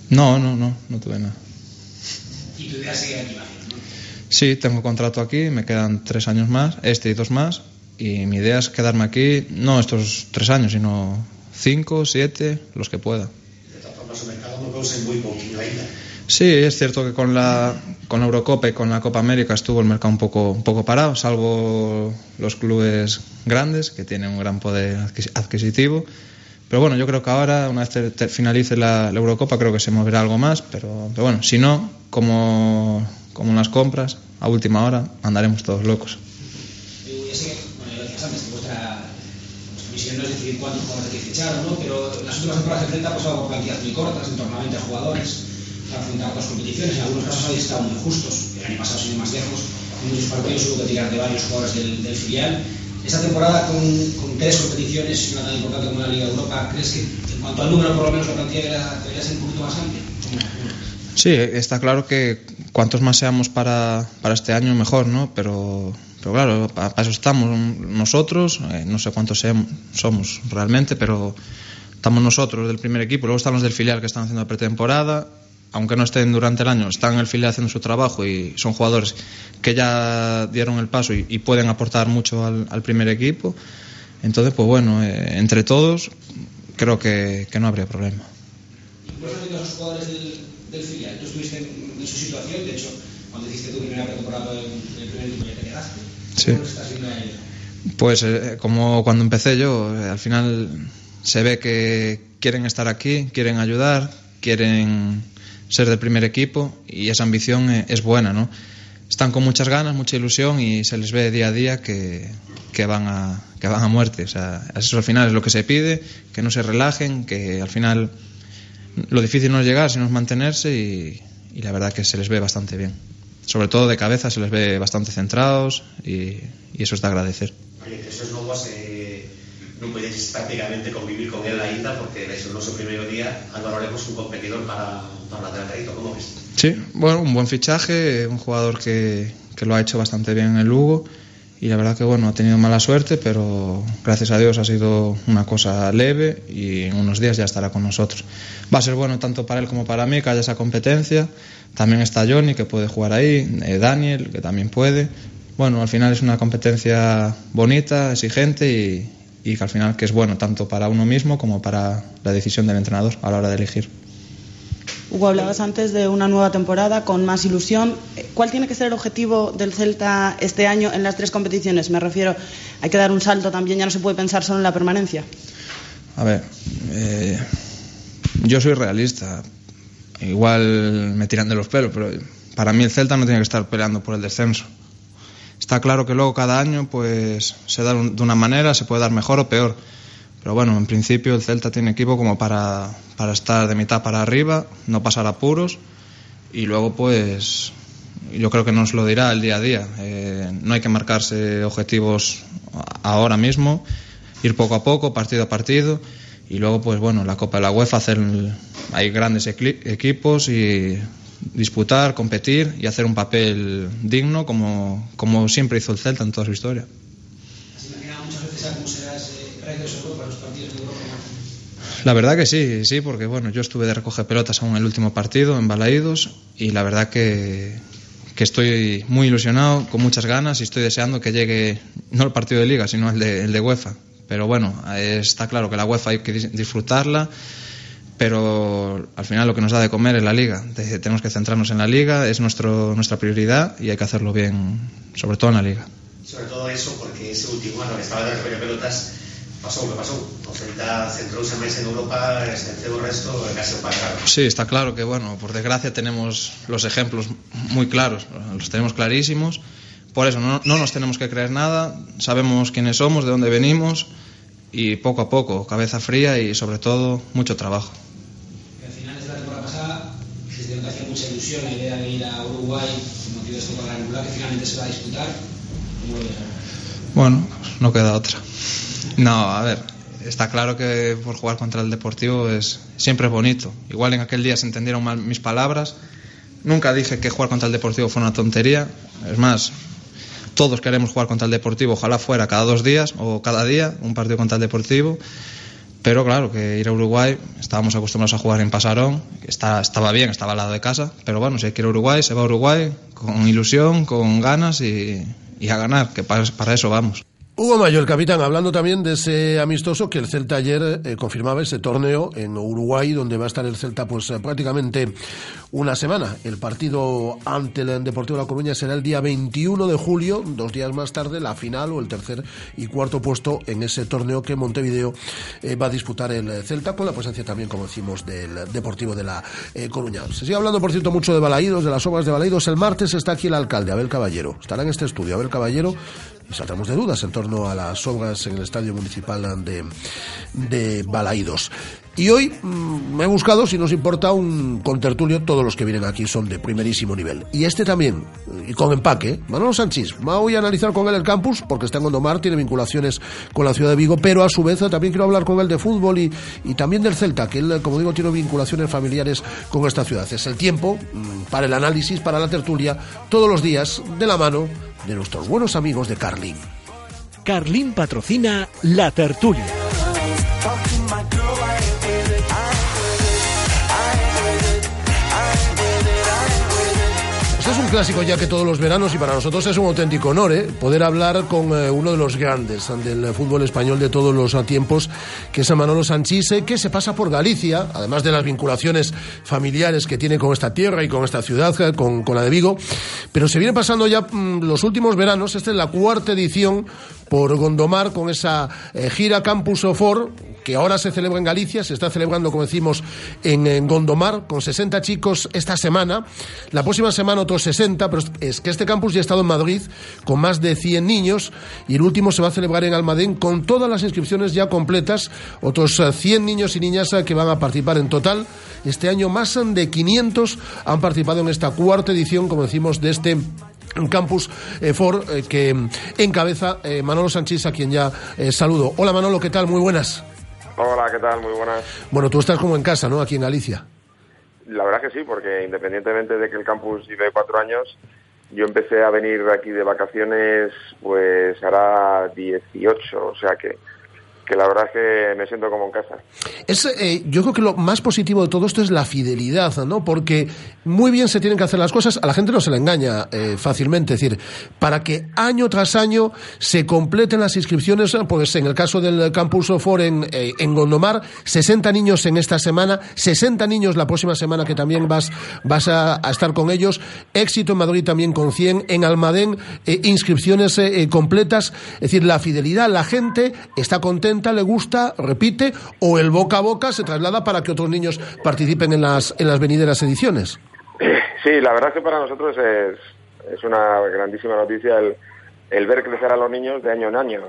No tuve nada. ¿Y tu idea sigue aquí, ¿no? Sí, tengo contrato aquí, me quedan 3 años más, y 2 más, y mi idea es quedarme aquí, no estos 3 años, sino 5, 7, los que pueda. De todas formas, el mercado no causa muy poquito ainda. Sí, es cierto que con la Eurocopa y con la Copa América estuvo el mercado un poco parado, salvo los clubes grandes que tienen un gran poder adquisitivo. Pero bueno, yo creo que ahora, una vez finalice la Eurocopa, creo que se moverá algo más. Pero bueno, si no, como en las compras, a última hora, andaremos todos locos. Ya sé que, bueno, ya lo decías antes, que vuestra misión no es decidir cuántos jugadores hay que fichar, ¿no? Pero en las últimas temporadas de Celta ha pasado con plantillas muy cortas, en torno a 20 jugadores. Para afrontar 2 competiciones, en algunos casos habéis estado muy justos. El año pasado, sin ir más lejos, en muchos partidos hubo que tirar de varios jugadores del filial. Esta temporada, con 3 competiciones, una tan importante como la Liga de Europa, ¿crees que en cuanto al número, por lo menos, la plantilla debería ser un poquito más amplia? Sí, está claro que cuantos más seamos para este año, mejor, ¿no? Pero claro, para eso estamos nosotros, no sé cuántos somos realmente, pero estamos nosotros del primer equipo, luego están los del filial que están haciendo la pretemporada, aunque no estén durante el año, están en el filial haciendo su trabajo y son jugadores que ya dieron el paso y pueden aportar mucho al primer equipo. Entonces, pues bueno, entre todos creo que no habría problema. ¿Vos has visto a los jugadores del filial? Tú estuviste en su situación, de hecho, cuando hiciste tu primera pretemporada en el primer equipo ya te quedaste. Sí. ¿Cómo estás viendo a ellos? Pues como cuando empecé yo, al final se ve que quieren estar aquí, quieren ayudar, quieren ser del primer equipo y esa ambición es buena, ¿no? Están con muchas ganas, mucha ilusión y se les ve día a día que van a muerte. O sea, eso al final es lo que se pide, que no se relajen, que al final lo difícil no es llegar, sino es mantenerse y la verdad que se les ve bastante bien. Sobre todo de cabeza se les ve bastante centrados y eso es de agradecer. Oye, Jesús Novas, non podedes prácticamente convivir con él na ida porque desde o noso primeiro día Álvaro Lemos un competidor para o lateral dereito, como ves? Sí, bueno, un buen fichaje, un jugador que lo ha hecho bastante bien en el Lugo y la verdad que bueno, ha tenido mala suerte, pero gracias a Dios ha sido una cosa leve y en unos días ya estará con nosotros. Va a ser bueno tanto para él como para mí que haya esa competencia. También está Johnny, que puede jugar ahí, Daniel, que también puede. Bueno, al final es una competencia bonita, exigente y que al final que es bueno tanto para uno mismo como para la decisión del entrenador a la hora de elegir. Hugo, hablabas antes de una nueva temporada con más ilusión. ¿Cuál tiene que ser el objetivo del Celta este año en las tres competiciones? Me refiero, hay que dar un salto también, ya no se puede pensar solo en la permanencia. A ver, yo soy realista. Igual me tiran de los pelos, pero para mí el Celta no tiene que estar peleando por el descenso. Está claro que luego cada año pues se da de una manera, se puede dar mejor o peor. Pero bueno, en principio el Celta tiene equipo como para estar de mitad para arriba, no pasar apuros y luego pues yo creo que nos lo dirá el día a día. No hay que marcarse objetivos ahora mismo, ir poco a poco, partido a partido y luego pues bueno, la Copa de la UEFA hay grandes equipos y disputar, competir y hacer un papel digno como siempre hizo el Celta en toda su historia. ¿Has imaginado muchas veces a cómo será ese regreso de Europa, los partidos de Europa? La verdad que sí, porque bueno, yo estuve de recoger pelotas aún en el último partido en Balaídos y la verdad que estoy muy ilusionado, con muchas ganas y estoy deseando que llegue no el partido de Liga, sino el de UEFA. Pero bueno, está claro que la UEFA hay que disfrutarla, pero al final lo que nos da de comer es la Liga. Tenemos que centrarnos en la Liga, es nuestra prioridad y hay que hacerlo bien, sobre todo en la Liga. Sobre todo eso, porque ese último ano que estaba de recoger pelotas pasou o que pasou. O Celta centrouse máis en Europa, esqueceu o resto e case o pagaron. Sí, está claro que, bueno, por desgracia tenemos los ejemplos muy claros, los tenemos clarísimos. Por eso no nos tenemos que creer nada, sabemos quiénes somos, de dónde venimos y poco a poco, cabeza fría y sobre todo mucho trabajo. Al final de la temporada pasada se dio que hacía mucha ilusión la idea de ir a Uruguay con motivo de este cuadrangular que finalmente se va a disputar. ¿Cómo lo ves ahora? Bueno, no queda otra. No, a ver, está claro que por jugar contra el Deportivo siempre es bonito. Igual en aquel día se entendieron mal mis palabras. Nunca dije que jugar contra el Deportivo fue una tontería. Es más, todos queremos jugar contra el Deportivo, ojalá fuera cada 2 días o cada día un partido contra el Deportivo. Pero claro, que ir a Uruguay, estábamos acostumbrados a jugar en Pasarón, estaba bien, estaba al lado de casa, pero bueno, si hay que ir a Uruguay, se va a Uruguay con ilusión, con ganas y a ganar, que para eso vamos. Hugo Mayo, el capitán, hablando también de ese amistoso que el Celta ayer confirmaba ese torneo en Uruguay, donde va a estar el Celta pues prácticamente una semana. El partido ante el Deportivo de La Coruña será el día 21 de julio, 2 días más tarde, la final o el tercer y cuarto puesto en ese torneo que Montevideo va a disputar el Celta, con la presencia también, como decimos, del Deportivo de La Coruña. Se sigue hablando, por cierto, mucho de Balaídos, de las obras de Balaídos. El martes está aquí el alcalde, Abel Caballero. Estará en este estudio, Abel Caballero, y saltamos de dudas en torno a las obras en el Estadio Municipal de Balaídos. Y hoy me he buscado, si nos importa, un contertulio. Todos los que vienen aquí son de primerísimo nivel. Y este también, y con empaque, Manolo Sanchís. Voy a analizar con él el campus, porque está en Gondomar, tiene vinculaciones con la ciudad de Vigo, pero a su vez también quiero hablar con él de fútbol y también del Celta, que él, como digo, tiene vinculaciones familiares con esta ciudad. Es el tiempo para el análisis, para la tertulia, todos los días, de la mano de nuestros buenos amigos de Carlin. Carlin patrocina la tertulia. Este es un clásico ya que todos los veranos, y para nosotros es un auténtico honor, poder hablar con uno de los grandes del fútbol español de todos los tiempos, que es Manolo Sanchis, que se pasa por Galicia, además de las vinculaciones familiares que tiene con esta tierra y con esta ciudad, con la de Vigo, pero se viene pasando ya los últimos veranos. Esta es la 4ª edición por Gondomar, con esa gira Campus For, que ahora se celebra en Galicia, se está celebrando, como decimos, en Gondomar, con 60 chicos esta semana, la próxima semana otros 60, pero es que este campus ya ha estado en Madrid con más de 100 niños, y el último se va a celebrar en Almadén con todas las inscripciones ya completas, otros 100 niños y niñas que van a participar en total. Este año más de 500 han participado en esta 4ª edición, como decimos, de este Campus For, que encabeza Manolo Sanchis, a quien ya saludo. Hola Manolo, ¿qué tal? Muy buenas. Hola, ¿qué tal? Muy buenas. Bueno, tú estás como en casa, ¿no? Aquí en Galicia. La verdad que sí, porque independientemente de que el campus lleve 4 años, yo empecé a venir aquí de vacaciones, pues hará 18, o sea que la verdad es que me siento como en casa. Yo creo que lo más positivo de todo esto es la fidelidad, ¿no? Porque muy bien se tienen que hacer las cosas, a la gente no se la engaña fácilmente, es decir, para que año tras año se completen las inscripciones, pues en el caso del Campus For en Gondomar, 60 niños en esta semana, 60 niños la próxima semana, que también vas a estar con ellos, éxito en Madrid también con 100, en Almadén inscripciones completas, es decir, la fidelidad, la gente está contenta, le gusta, repite, o el boca a boca se traslada para que otros niños participen en las venideras ediciones. Sí, la verdad es que para nosotros es una grandísima noticia el ver crecer a los niños de año en año.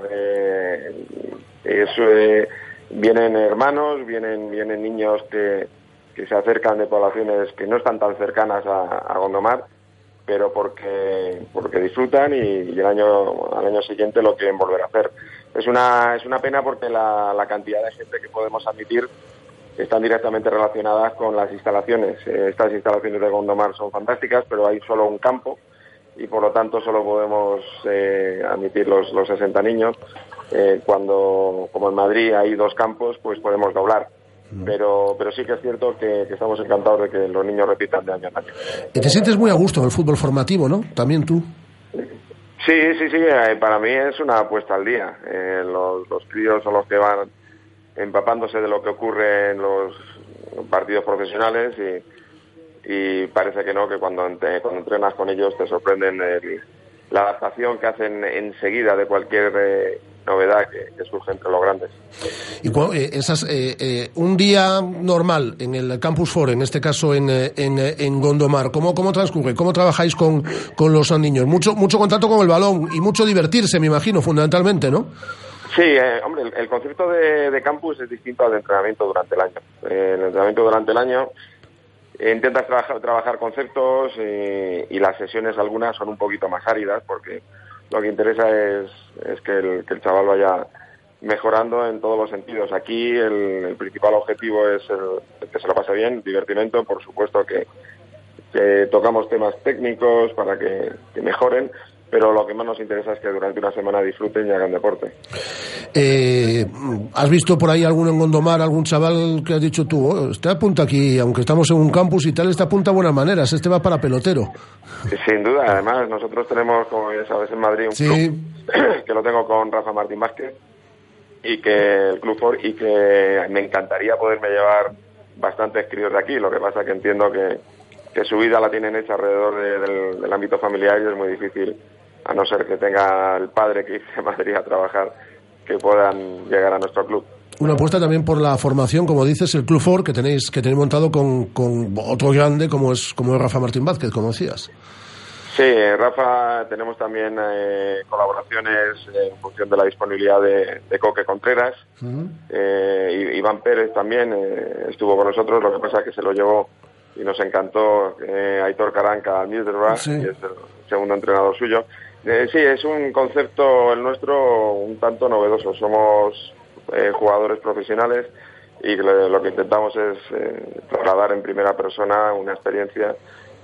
Vienen hermanos, vienen niños que se acercan de poblaciones que no están tan cercanas a Gondomar, pero porque disfrutan y al año siguiente lo quieren volver a hacer. Es una pena porque la cantidad de gente que podemos admitir están directamente relacionadas con las instalaciones. Estas instalaciones de Gondomar son fantásticas, pero hay solo un campo y por lo tanto solo podemos admitir los 60 niños. Cuando, como en Madrid hay 2 campos, pues podemos doblar. Pero sí que es cierto que estamos encantados de que los niños repitan de año en año. Te sientes muy a gusto en el fútbol formativo, ¿no? También tú. Sí, para mí es una apuesta al día. Los críos son los que van empapándose de lo que ocurre en los partidos profesionales y parece que no, que cuando entrenas con ellos te sorprenden la adaptación que hacen enseguida de cualquier novedad que surge entre los grandes. Y un día normal en el Campus For, en este caso en Gondomar, ¿cómo transcurre? ¿Cómo trabajáis con los niños? Mucho contacto con el balón y mucho divertirse, me imagino, fundamentalmente, ¿no? Sí, hombre, el concepto de campus es distinto al de entrenamiento durante el año. El entrenamiento durante el año intentas trabajar conceptos y las sesiones algunas son un poquito más áridas porque lo que interesa es que el chaval vaya mejorando en todos los sentidos. Aquí el principal objetivo es el que se lo pase bien, divertimento, por supuesto que tocamos temas técnicos para que mejoren, pero lo que más nos interesa es que durante una semana disfruten y hagan deporte. ¿Has visto por ahí alguno en Gondomar, algún chaval que has dicho tú, este apunta aquí, aunque estamos en un campus y tal, este apunta a buenas maneras, este va para pelotero? Sin duda, además nosotros tenemos, como ya sabes, en Madrid un club que lo tengo con Rafa Martín Vázquez y que el Club For, y que me encantaría poderme llevar bastantes críos de aquí, lo que pasa que entiendo que su vida la tienen hecha alrededor del ámbito familiar y es muy difícil, a no ser que tenga el padre que irse a Madrid a trabajar, que puedan llegar a nuestro club. Una apuesta también por la formación, como dices, el Club For, que tenéis montado con otro grande como es Rafa Martín Vázquez, como decías. Sí, Rafa, tenemos también colaboraciones en función de la disponibilidad de Coque Contreras. Iván Pérez también estuvo con nosotros, lo que pasa es que se lo llevó y nos encantó Aitor Caranca al Middlesbrough, y es el segundo entrenador suyo. Sí, es un concepto el nuestro un tanto novedoso. Somos jugadores profesionales y lo que intentamos es trasladar en primera persona una experiencia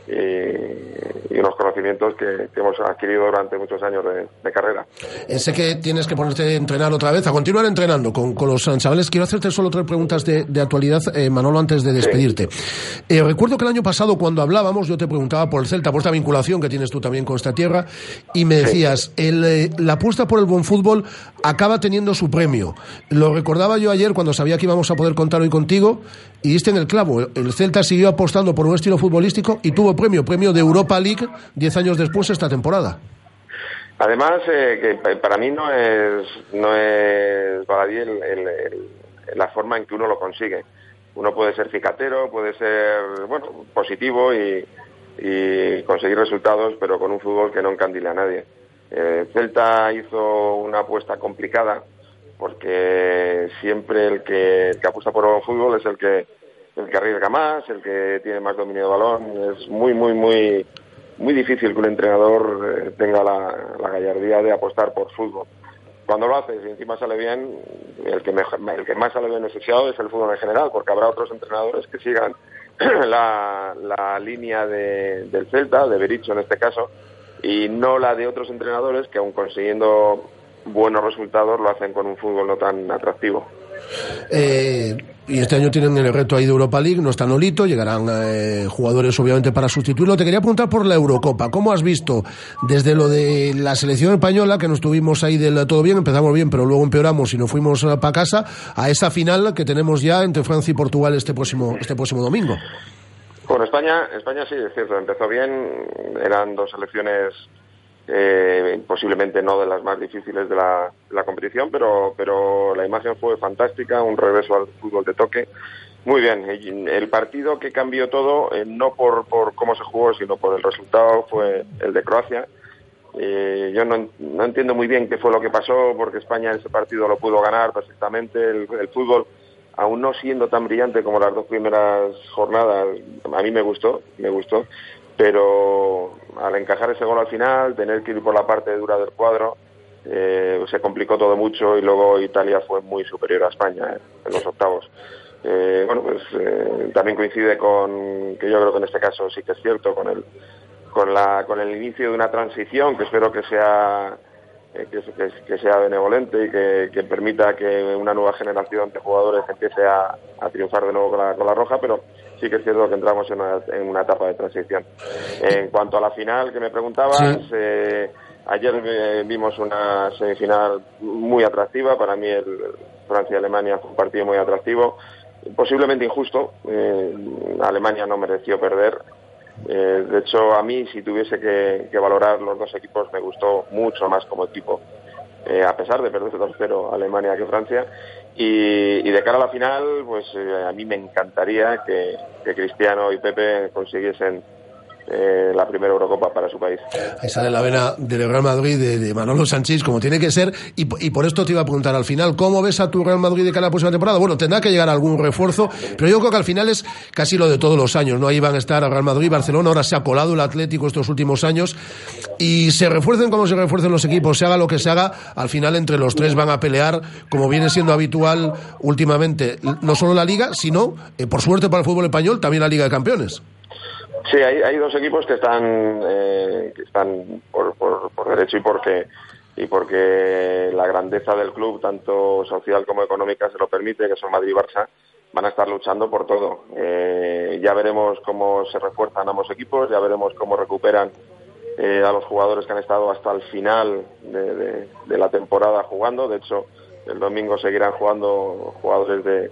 y unos conocimientos que hemos adquirido durante muchos años de carrera. Sé que tienes que ponerte a entrenar otra vez, a continuar entrenando con los chavales. Quiero hacerte solo 3 preguntas de actualidad, Manolo, antes de despedirte. Sí. Recuerdo que el año pasado, cuando hablábamos, yo te preguntaba por el Celta, por esta vinculación que tienes tú también con esta tierra, y me decías, la apuesta por el buen fútbol acaba teniendo su premio. Lo recordaba yo ayer cuando sabía que íbamos a poder contar hoy contigo, y diste en el clavo. El Celta siguió apostando por un estilo futbolístico y tuvo premio de Europa League 10 años después esta temporada. Además, que para mí no es baladí la forma en que uno lo consigue. Uno puede ser cicatero, puede ser positivo y conseguir resultados, pero con un fútbol que no encandile a nadie. Celta hizo una apuesta complicada, porque siempre el que apuesta por el fútbol es el que arriesga más, el que tiene más dominio de balón. Es muy difícil que un entrenador tenga la gallardía de apostar por fútbol. Cuando lo hace, si encima sale bien, el que más sale beneficiado es el fútbol en general, porque habrá otros entrenadores que sigan la línea del Celta, de Berizzo en este caso, y no la de otros entrenadores que, aun consiguiendo buenos resultados, lo hacen con un fútbol no tan atractivo. Y este año tienen el reto ahí de Europa League, no está Nolito, llegarán jugadores obviamente para sustituirlo. Te quería preguntar por la Eurocopa, ¿cómo has visto desde lo de la selección española, que nos tuvimos ahí del todo bien, empezamos bien pero luego empeoramos y nos fuimos para casa, a esa final que tenemos ya entre Francia y Portugal este próximo domingo? Bueno, España sí, es cierto, empezó bien, eran 2 selecciones posiblemente no de las más difíciles de la competición, pero la imagen fue fantástica, un regreso al fútbol de toque. Muy bien, el partido que cambió todo, no por cómo se jugó, sino por el resultado, fue el de Croacia. Yo no entiendo muy bien qué fue lo que pasó, porque España ese partido lo pudo ganar perfectamente. El fútbol, aún no siendo tan brillante como las 2 primeras jornadas, a mí me gustó, pero al encajar ese gol al final, tener que ir por la parte dura del cuadro, se complicó todo mucho, y luego Italia fue muy superior a España en los octavos. También coincide con que yo creo que en este caso sí que es cierto, con el inicio de una transición que espero que sea benevolente y que permita que una nueva generación de jugadores empiece a triunfar de nuevo con la roja, pero sí que es cierto que entramos en una etapa de transición. En cuanto a la final que me preguntabas, sí. Ayer vimos una semifinal muy atractiva. Para mí el Francia-Alemania fue un partido muy atractivo, posiblemente injusto. Alemania no mereció perder. De hecho, a mí, si tuviese que valorar los 2 equipos, me gustó mucho más como equipo, a pesar de perder 2-0 Alemania que Francia. Y de cara a la final, pues a mí me encantaría que Cristiano y Pepe consiguiesen la primera Eurocopa para su país. Ahí sale la vena del Real Madrid de Manolo Sanchís, como tiene que ser, y por esto te iba a preguntar al final, ¿cómo ves a tu Real Madrid de cara a la próxima temporada? Bueno, tendrá que llegar algún refuerzo, pero yo creo que al final es casi lo de todos los años, ¿no? Ahí van a estar Real Madrid, Barcelona, ahora se ha colado el Atlético estos últimos años, y se refuercen como se refuercen los equipos, se haga lo que se haga, al final entre los 3 van a pelear, como viene siendo habitual últimamente, no solo la Liga, sino, por suerte para el fútbol español, también la Liga de Campeones. Sí, hay 2 equipos que están por derecho y porque la grandeza del club, tanto social como económica, se lo permite, que son Madrid y Barça. Van a estar luchando por todo. Ya veremos cómo se refuerzan ambos equipos, ya veremos cómo recuperan a los jugadores que han estado hasta el final de la temporada jugando. De hecho, el domingo seguirán jugando jugadores de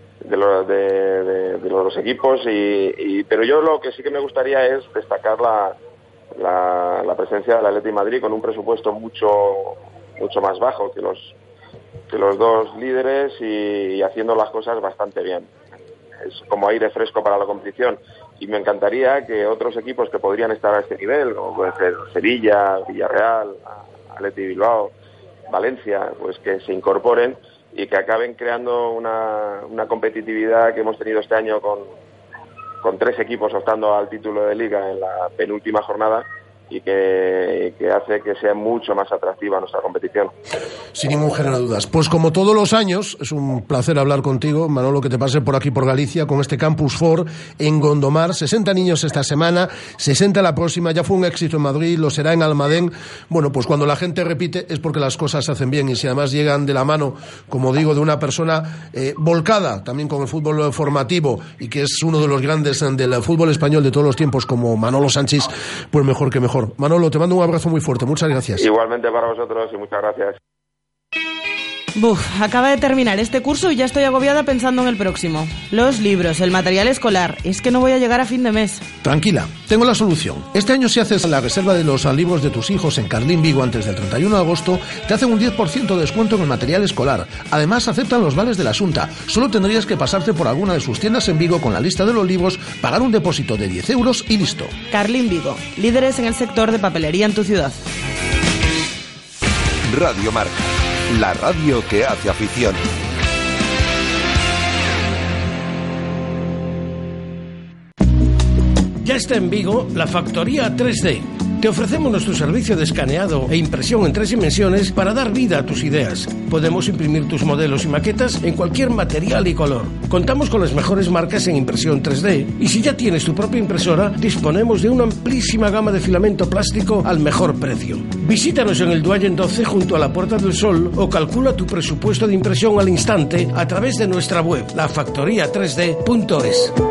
los equipos, pero yo lo que sí que me gustaría es destacar la presencia del Atleti Madrid, con un presupuesto mucho más bajo que los 2 líderes, y haciendo las cosas bastante bien. Es como aire fresco para la competición, y me encantaría que otros equipos que podrían estar a este nivel, como puede ser Sevilla, Villarreal, Atleti Bilbao, Valencia, pues que se incorporen y que acaben creando una competitividad que hemos tenido este año con 3 equipos optando al título de Liga en la penúltima jornada, y que hace que sea mucho más atractiva nuestra competición. Sin ningún género de dudas. Pues como todos los años, es un placer hablar contigo, Manolo, que te pase por aquí por Galicia con este Campus 4 en Gondomar. 60 niños esta semana, 60 la próxima, ya fue un éxito en Madrid, lo será en Almadén. Bueno, pues cuando la gente repite es porque las cosas se hacen bien, y si además llegan de la mano, como digo, de una persona volcada también con el fútbol formativo y que es uno de los grandes del fútbol español de todos los tiempos, como Manolo Sanchis, pues mejor que mejor. Manolo, te mando un abrazo muy fuerte, muchas gracias. Igualmente para vosotros y muchas gracias. Acaba de terminar este curso y ya estoy agobiada pensando en el próximo. Los libros, el material escolar, es que no voy a llegar a fin de mes. Tranquila, tengo la solución. Este año si haces la reserva de los libros de tus hijos en Carlín Vigo antes del 31 de agosto, te hacen un 10% de descuento en el material escolar. Además aceptan los vales de la Xunta. Solo tendrías que pasarte por alguna de sus tiendas en Vigo con la lista de los libros, pagar un depósito de 10 euros y listo. Carlín Vigo, líderes en el sector de papelería en tu ciudad. Radio Marca, la radio que hace afición. Ya está en Vigo la Factoría 3D. Te ofrecemos nuestro servicio de escaneado e impresión en 3 dimensiones para dar vida a tus ideas. Podemos imprimir tus modelos y maquetas en cualquier material y color. Contamos con las mejores marcas en impresión 3D y si ya tienes tu propia impresora, disponemos de una amplísima gama de filamento plástico al mejor precio. Visítanos en el Duayen 12 junto a la Puerta del Sol o calcula tu presupuesto de impresión al instante a través de nuestra web, lafactoria3d.es.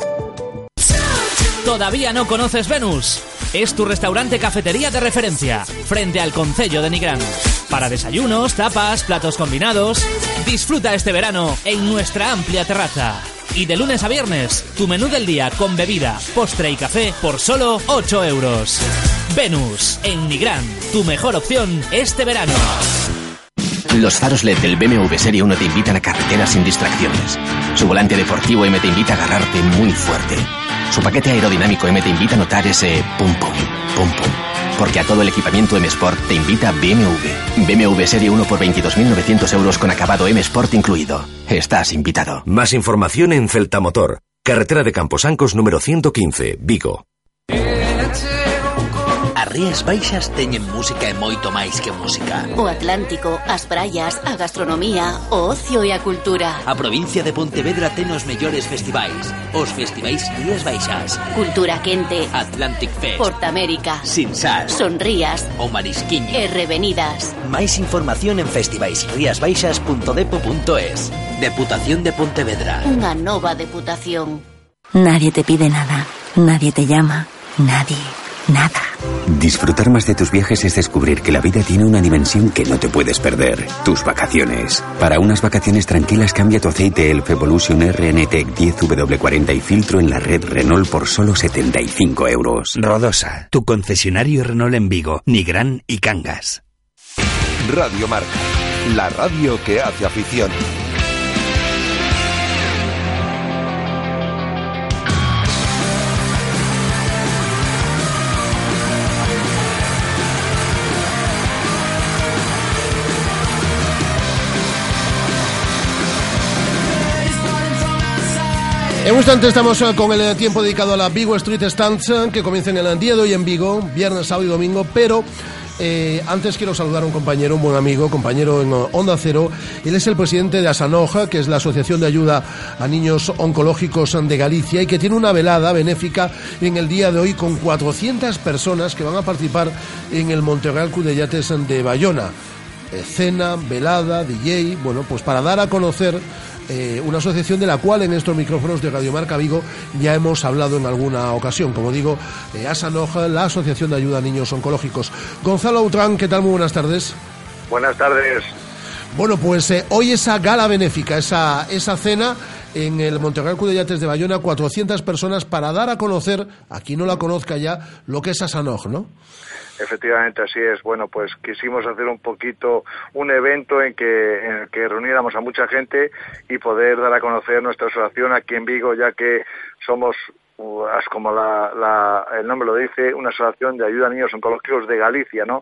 ¿Todavía no conoces Venus? Es tu restaurante cafetería de referencia, frente al Concello de Nigrán. Para desayunos, tapas, platos combinados. Disfruta este verano en nuestra amplia terraza. Y de lunes a viernes, tu menú del día con bebida, postre y café por solo 8 euros. Venus, en Nigrán, tu mejor opción este verano. Los faros LED del BMW Serie 1 te invitan a carreteras sin distracciones. Su volante deportivo M te invita a agarrarte muy fuerte. Su paquete aerodinámico M te invita a notar ese pum pum, pum pum. Porque a todo el equipamiento M Sport te invita BMW. BMW Serie 1 por 22.900 euros con acabado M Sport incluido. Estás invitado. Más información en Celtamotor. Carretera de Camposancos número 115, Vigo. As Rías Baixas teñen música e moito máis que música. O Atlántico, as praias, a gastronomía, o ocio e a cultura. A provincia de Pontevedra ten os mellores festivais. Os festivais Rías Baixas. Cultura Quente. Atlantic Fest. Portamérica. Sinsal. Sonrías. O Marisquiño. E Revenidas. Máis información en festivaisriasbaixas.depo.es. Deputación de Pontevedra. Unha nova deputación. Nadie te pide nada. Nadie te llama. Nadie. Nada. Disfrutar más de tus viajes es descubrir que la vida tiene una dimensión que no te puedes perder. Tus vacaciones. Para unas vacaciones tranquilas, cambia tu aceite Elf Evolution RNTEC 10W40 y filtro en la red Renault por solo 75 euros. Rodosa, tu concesionario Renault en Vigo, Nigrán y Cangas. Radio Marca, la radio que hace afición. En un instante estamos con el tiempo dedicado a la Vigo Street Stands, que comienza en el día de hoy en Vigo, viernes, sábado y domingo, pero antes quiero saludar a un compañero, un buen amigo, compañero en Onda Cero. Él es el presidente de Asanoja, que es la Asociación de Ayuda a Niños Oncológicos de Galicia, y que tiene una velada benéfica en el día de hoy con 400 personas que van a participar en el Monterreal Club de Yates de Bayona. Cena, velada, DJ, bueno, pues para dar a conocer una asociación de la cual en estos micrófonos de Radio Marca Vigo ya hemos hablado en alguna ocasión. Como digo, Asanoja, la Asociación de Ayuda a Niños Oncológicos. Gonzalo Utrán, ¿qué tal? Muy buenas tardes. Buenas tardes. Bueno, pues hoy esa gala benéfica, esa cena en el Monterreal Club de Yates de Bayona, 400 personas para dar a conocer, a quien no la conozca ya, lo que es Asanoja, ¿no? Efectivamente, así es. Bueno, pues quisimos hacer un poquito un evento en el que reuniéramos a mucha gente y poder dar a conocer nuestra asociación aquí en Vigo, ya que somos, como el nombre lo dice, una asociación de ayuda a niños oncológicos de Galicia, ¿no?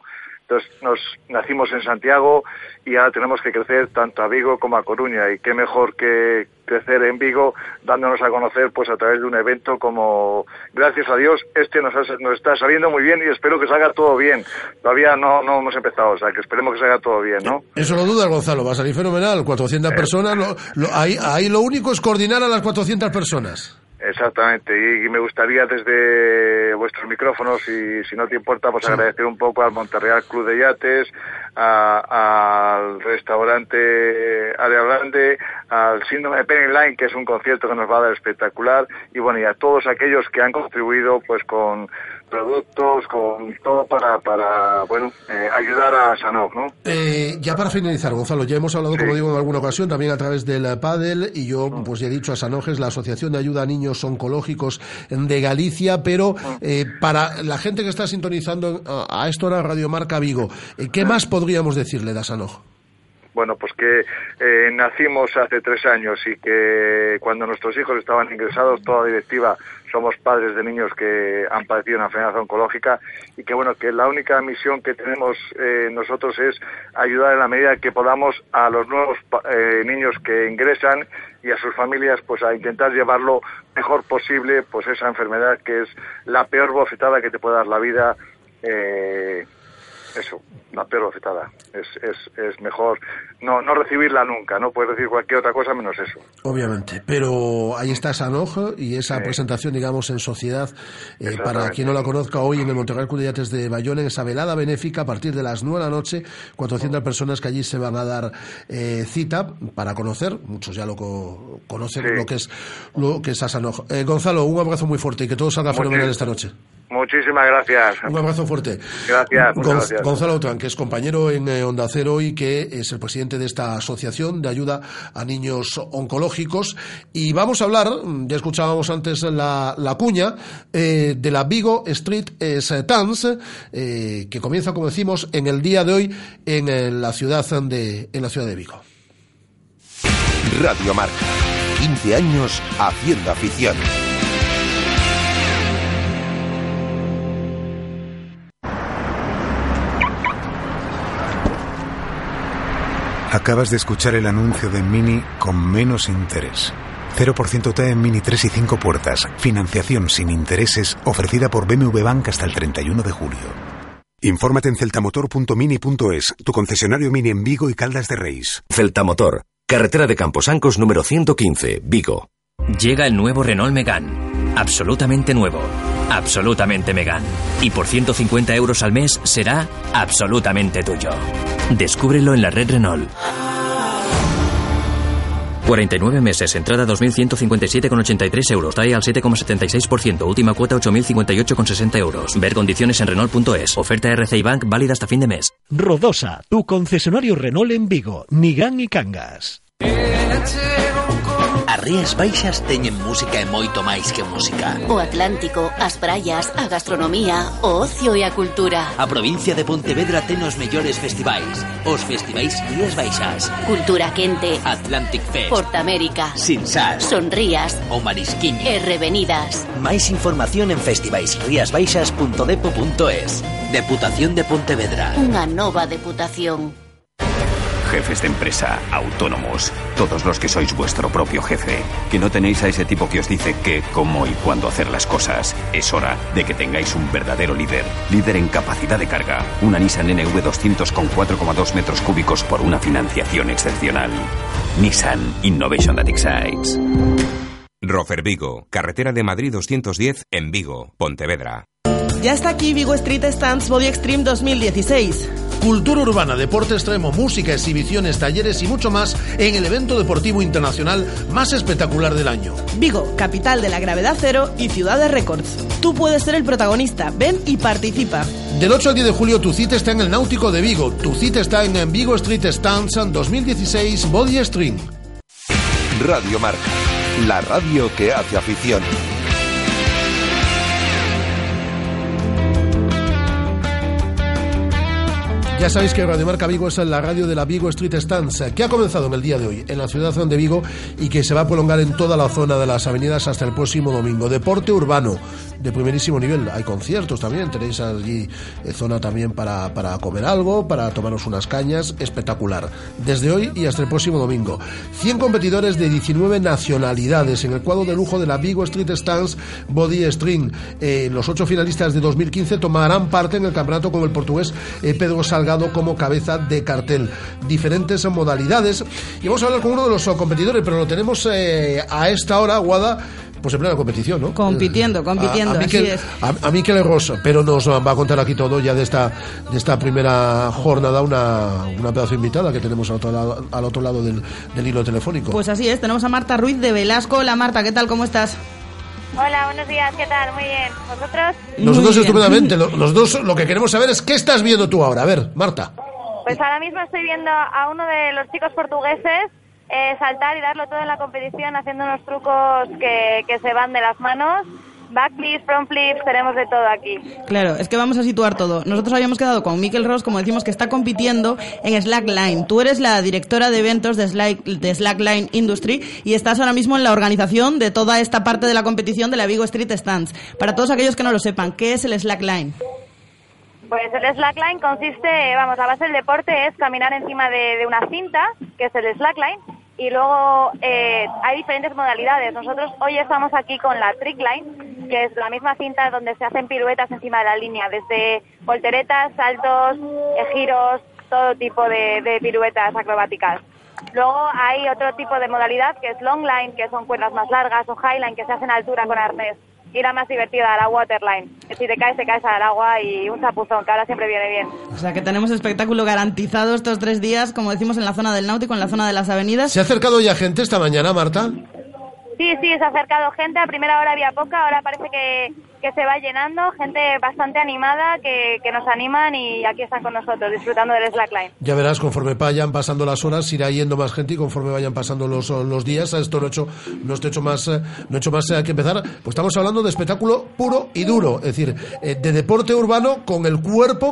Entonces nacimos en Santiago y ahora tenemos que crecer tanto a Vigo como a Coruña, y qué mejor que crecer en Vigo dándonos a conocer pues a través de un evento como, gracias a Dios, nos está saliendo muy bien y espero que salga todo bien. Todavía no hemos empezado, o sea que esperemos que salga todo bien, ¿no? Eso no dudas, Gonzalo, va a salir fenomenal, 400 personas, ahí lo único es coordinar a las 400 personas. Exactamente, y me gustaría desde vuestros micrófonos, y si no te importa, pues agradecer un poco al Monterreal Club de Yates, al restaurante Área Grande, al Síndrome de Penny Line, que es un concierto que nos va a dar espectacular, y bueno, y a todos aquellos que han contribuido pues con productos, con todo para ayudar a Sanoc, ¿no? Ya para finalizar, Gonzalo, ya hemos hablado, como digo, en alguna ocasión, también a través del pádel, y yo pues ya he dicho a Sanoc, es la Asociación de Ayuda a Niños Oncológicos de Galicia, pero para la gente que está sintonizando a esta hora Radio Marca Vigo, ¿qué más podríamos decirle de Sanoc? Bueno, pues que nacimos hace 3 años y que cuando nuestros hijos estaban ingresados, toda la directiva somos padres de niños que han padecido una enfermedad oncológica, y que bueno, que la única misión que tenemos nosotros es ayudar en la medida que podamos a los nuevos niños que ingresan y a sus familias pues a intentar llevarlo mejor posible, pues esa enfermedad que es la peor bofetada que te puede dar la vida. Eso, la peor bofetada. Es mejor no recibirla nunca, no puedes decir cualquier otra cosa menos eso. Obviamente, pero ahí está Sanoc y esa presentación, digamos, en sociedad, para quien no la conozca, hoy en el Monterreal Club de Yates de Bayona, en esa velada benéfica a partir de las 9 de la noche, 400 personas que allí se van a dar cita para conocer, muchos ya lo conocen, lo que es a Sanoc. Gonzalo, un abrazo muy fuerte y que todo salga fenomenal esta noche. Muchísimas gracias. Un abrazo fuerte. Gracias, muchas gracias. Gonzalo Otrán, que es compañero en Onda Cero y que es el presidente de esta asociación de ayuda a niños oncológicos. Y vamos a hablar, ya escuchábamos antes la cuña, de la Vigo Street Dance, que comienza, como decimos, en el día de hoy en la ciudad de Vigo. Radio Marca, 15 años haciendo afición. Acabas de escuchar el anuncio de Mini con menos interés. 0% TAE en Mini 3 y 5 puertas. Financiación sin intereses ofrecida por BMW Bank hasta el 31 de julio. Infórmate en celtamotor.mini.es, tu concesionario Mini en Vigo y Caldas de Reis. Celtamotor, carretera de Camposancos número 115, Vigo. Llega el nuevo Renault Megane. Absolutamente nuevo. Absolutamente Megane. Y por 150 € al mes será absolutamente tuyo. Descúbrelo en la red Renault. 49 meses, entrada 2.157,83 €, TAE al 7,76%, última cuota 8.058,60 €. Ver condiciones en Renault.es. Oferta RCI Bank válida hasta fin de mes. Rodosa, tu concesionario Renault en Vigo, Nigán y Cangas. As Rías Baixas teñen música e moito máis que música. O Atlántico, as praias, a gastronomía, o ocio e a cultura. A provincia de Pontevedra ten os mellores festivais. Os festivais Rías Baixas. Cultura Quente. Atlantic Fest. Portamérica. Sinsas. Sonrías. O Marisquiño. E Revenidas. Máis información en festivaisriasbaixas.depo.es. Deputación de Pontevedra. Unha nova deputación. Jefes de empresa, autónomos, todos los que sois vuestro propio jefe, que no tenéis a ese tipo que os dice qué, cómo y cuándo hacer las cosas. Es hora de que tengáis un verdadero líder en capacidad de carga. Una Nissan NV200 con 4,2 metros cúbicos por una financiación excepcional. Nissan Innovation that excites. Rofer Vigo, carretera de Madrid 210 en Vigo, Pontevedra. Ya está aquí Vigo Street Dance Body Extreme 2016. Cultura urbana, deporte extremo, música, exhibiciones, talleres y mucho más en el evento deportivo internacional más espectacular del año. Vigo, capital de la gravedad cero y ciudad de récords. Tú puedes ser el protagonista, ven y participa. Del 8 al 10 de julio tu cita está en el Náutico de Vigo. Tu cita está en Vigo Street Dance 2016 Body Extreme. Radio Marca, la radio que hace afición. Ya sabéis que Radio Marca Vigo es la radio de la Vigo Street Stands, que ha comenzado en el día de hoy en la ciudad de Vigo y que se va a prolongar en toda la zona de las avenidas hasta el próximo domingo. Deporte urbano de primerísimo nivel. Hay conciertos también, tenéis allí zona también para comer algo, para tomaros unas cañas. Espectacular. Desde hoy y hasta el próximo domingo. 100 competidores de 19 nacionalidades en el cuadro de lujo de la Vigo Street Stands Body String. Los 8 finalistas de 2015 tomarán parte en el campeonato con el portugués Pedro Salgado como cabeza de cartel. Diferentes modalidades. Y vamos a hablar con uno de los competidores, pero lo tenemos a esta hora, Guada, pues en plena competición, ¿no? Compitiendo, así es. A Miquel Ros, pero nos va a contar aquí todo ya de esta primera jornada, una pedazo invitada que tenemos al otro lado del hilo telefónico. Pues así es, tenemos a Marta Ruiz de Velasco. Hola Marta, ¿qué tal? ¿Cómo estás? Hola, buenos días, ¿qué tal? Muy bien. ¿Vosotros? Nosotros estupendamente. Nosotros lo que queremos saber es ¿qué estás viendo tú ahora? A ver, Marta. Pues ahora mismo estoy viendo a uno de los chicos portugueses saltar y darlo todo en la competición, haciendo unos trucos que se van de las manos. Backflips, frontflips, tenemos de todo aquí. Claro, es que vamos a situar todo.Nosotros habíamos quedado con Miquel Ros, como decimos, que está compitiendo en Slackline. Tú eres la directora de eventos de Slackline Industry y estás ahora mismo en la organización de toda esta parte de la competición de la Vigo Street Stands. Para todos aquellos que no lo sepan, ¿qué es el Slackline? Pues el slackline consiste, la base del deporte es caminar encima de una cinta, que es el slackline, y luego hay diferentes modalidades. Nosotros hoy estamos aquí con la trickline, que es la misma cinta donde se hacen piruetas encima de la línea, desde volteretas, saltos, giros, todo tipo de piruetas acrobáticas. Luego hay otro tipo de modalidad que es longline, que son cuerdas más largas, o highline, que se hacen a altura con arnés. Y la más divertida, la waterline. Si te caes al agua, y un chapuzón, que ahora siempre viene bien. O sea que tenemos espectáculo garantizado estos 3 días, como decimos, en la zona del náutico, en la zona de las avenidas. ¿Se ha acercado ya gente esta mañana, Marta? Sí, se ha acercado gente. A primera hora había poca, ahora parece que se va llenando. Gente bastante animada, que nos animan y aquí están con nosotros, disfrutando del slackline. Ya verás, conforme vayan pasando las horas, irá yendo más gente y conforme vayan pasando los días. Esto no he hecho más que empezar. Pues estamos hablando de espectáculo puro y duro, es decir, de deporte urbano con el cuerpo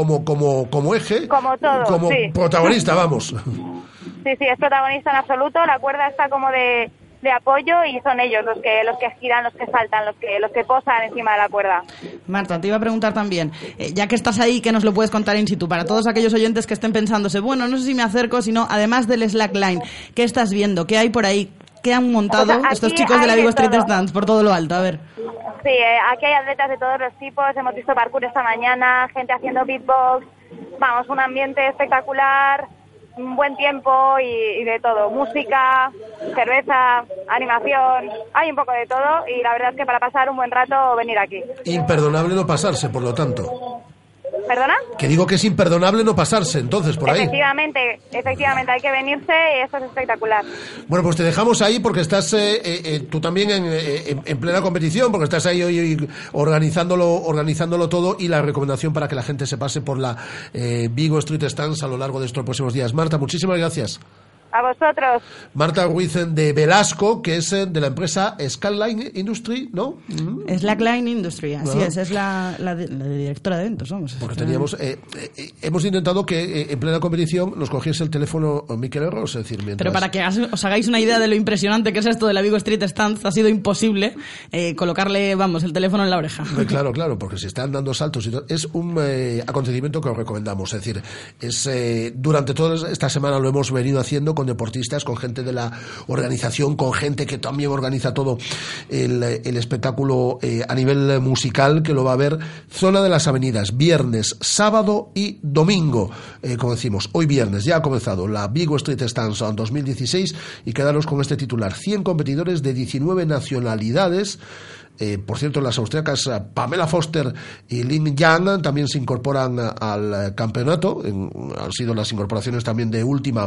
como eje. Como todo, como sí. Protagonista, vamos. Sí, es protagonista en absoluto. La cuerda está como de apoyo y son ellos los que giran, los que saltan, los que posan encima de la cuerda. Marta, te iba a preguntar también, ya que estás ahí, que nos lo puedes contar in situ, para todos aquellos oyentes que estén pensándose, bueno, no sé si me acerco, sino además del slackline, ¿qué estás viendo? ¿Qué hay por ahí? ¿Qué han montado estos chicos de la Vigo Street Stands por todo lo alto? A ver. Sí, aquí hay atletas de todos los tipos, hemos visto parkour esta mañana, gente haciendo beatbox, un ambiente espectacular, un buen tiempo y de todo, música, cerveza, animación, hay un poco de todo y la verdad es que para pasar un buen rato venir aquí. Imperdonable no pasarse, por lo tanto. ¿Perdona? Que digo que es imperdonable no pasarse, entonces, por ahí. Efectivamente, hay que venirse y esto es espectacular. Bueno, pues te dejamos ahí porque estás tú también en plena competición, porque estás ahí hoy organizándolo todo y la recomendación para que la gente se pase por la Vigo Street Stands a lo largo de estos próximos días. Marta, muchísimas gracias. A vosotros. Marta Ruiz de Velasco, que es de la empresa Slackline Industry, ¿no? Slackline Industry, así es la directora de eventos, vamos. Porque teníamos, hemos intentado que en plena competición nos cogiese el teléfono Miquel Ros, es decir, mientras... Pero para que os hagáis una idea de lo impresionante que es esto de la Vigo Street Stands, ha sido imposible colocarle, el teléfono en la oreja. Claro, porque si están dando saltos y todo, es un acontecimiento que os recomendamos, es decir, durante toda esta semana lo hemos venido haciendo con deportistas, con gente de la organización, con gente que también organiza todo el espectáculo a nivel musical, que lo va a ver zona de las avenidas, viernes, sábado y domingo. Como decimos, hoy viernes ya ha comenzado la Vigo Street Stands 2016 y quedaros con este titular: 100 competidores de 19 nacionalidades. Por cierto, las austriacas Pamela Foster y Lin Yang también se incorporan al campeonato. Han sido las incorporaciones también de última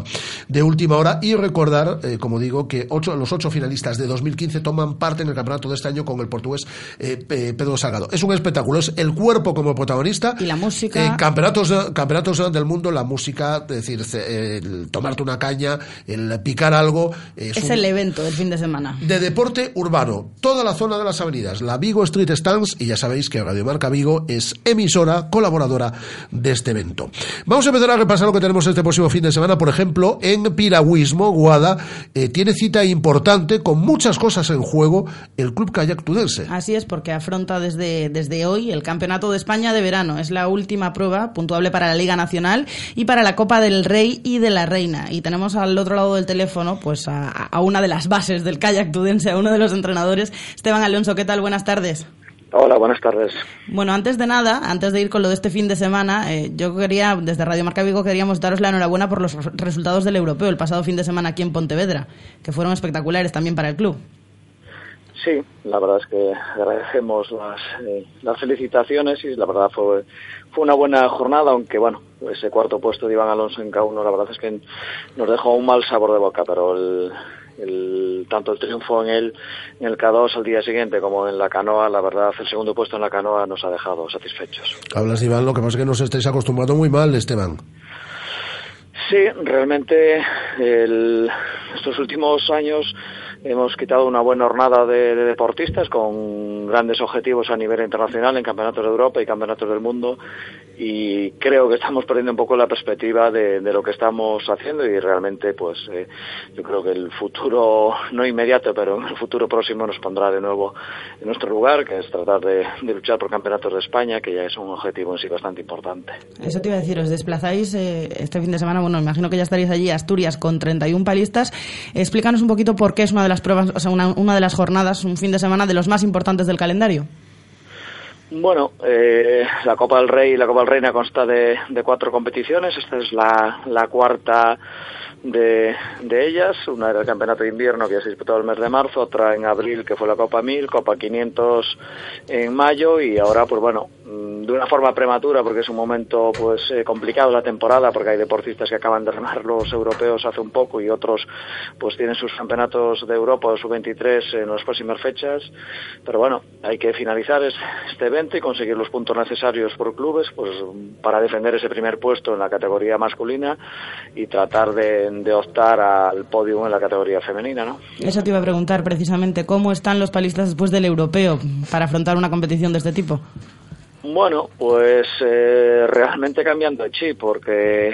hora. Y recordar, como digo, que los 8 finalistas de 2015 toman parte en el campeonato de este año con el portugués Pedro Salgado. Es un espectáculo, es el cuerpo como protagonista. Y la música. Campeonatos del mundo, la música, es decir, el tomarte una caña, el picar algo. Es el evento del fin de semana. De deporte urbano, toda la zona de las avenidas. Unidas, la Vigo Street Stands, y ya sabéis que Radio Marca Vigo es emisora colaboradora de este evento. Vamos a empezar a repasar lo que tenemos este próximo fin de semana. Por ejemplo, en piragüismo, Guada tiene cita importante con muchas cosas en juego el Club Kayak Tudense. Así es, porque afronta desde hoy el Campeonato de España de verano. Es la última prueba puntuable para la Liga Nacional y para la Copa del Rey y de la Reina. Y tenemos al otro lado del teléfono pues a una de las bases del Kayak Tudense, a uno de los entrenadores, Esteban Alonso. ¿Qué tal? Buenas tardes. Hola, buenas tardes. Bueno, antes de nada, antes de ir con lo de este fin de semana, yo quería, desde Radio Marca Vigo, queríamos daros la enhorabuena por los resultados del Europeo el pasado fin de semana aquí en Pontevedra, que fueron espectaculares también para el club. Sí, la verdad es que agradecemos las felicitaciones y la verdad fue una buena jornada, aunque bueno, ese cuarto puesto de Iván Alonso en K1 la verdad es que nos dejó un mal sabor de boca, pero tanto el triunfo en el K2 al día siguiente como en la canoa, la verdad el segundo puesto en la canoa nos ha dejado satisfechos. Hablas de Iván, lo que pasa es que nos estáis acostumbrando muy mal, Esteban. Sí, realmente estos últimos años hemos quitado una buena hornada de deportistas con grandes objetivos a nivel internacional en campeonatos de Europa y campeonatos del mundo, y creo que estamos perdiendo un poco la perspectiva de lo que estamos haciendo, y realmente pues yo creo que el futuro, no inmediato, pero en el futuro próximo nos pondrá de nuevo en nuestro lugar, que es tratar de luchar por campeonatos de España, que ya es un objetivo en sí bastante importante. Eso te iba a decir, os desplazáis este fin de semana, bueno, imagino que ya estaréis allí, Asturias, con 31 palistas. Explícanos un poquito por qué es una de las pruebas, o sea, una de las jornadas, un fin de semana de los más importantes del calendario. Bueno, la Copa del Rey y la Copa del Reina consta de 4 competiciones. Esta es la cuarta de ellas. Una era el Campeonato de Invierno, que ya se disputó el mes de marzo, otra en abril, que fue la Copa 1000, Copa 500 en mayo, y ahora, pues bueno, de una forma prematura, porque es un momento pues complicado la temporada, porque hay deportistas que acaban de remar los europeos hace un poco y otros pues tienen sus campeonatos de Europa o sub-23 en las próximas fechas, pero bueno, hay que finalizar este evento y conseguir los puntos necesarios por clubes pues para defender ese primer puesto en la categoría masculina y tratar de optar al podio en la categoría femenina, ¿no? Eso te iba a preguntar precisamente, ¿cómo están los palistas después del europeo para afrontar una competición de este tipo? Bueno, pues realmente cambiando de chip, porque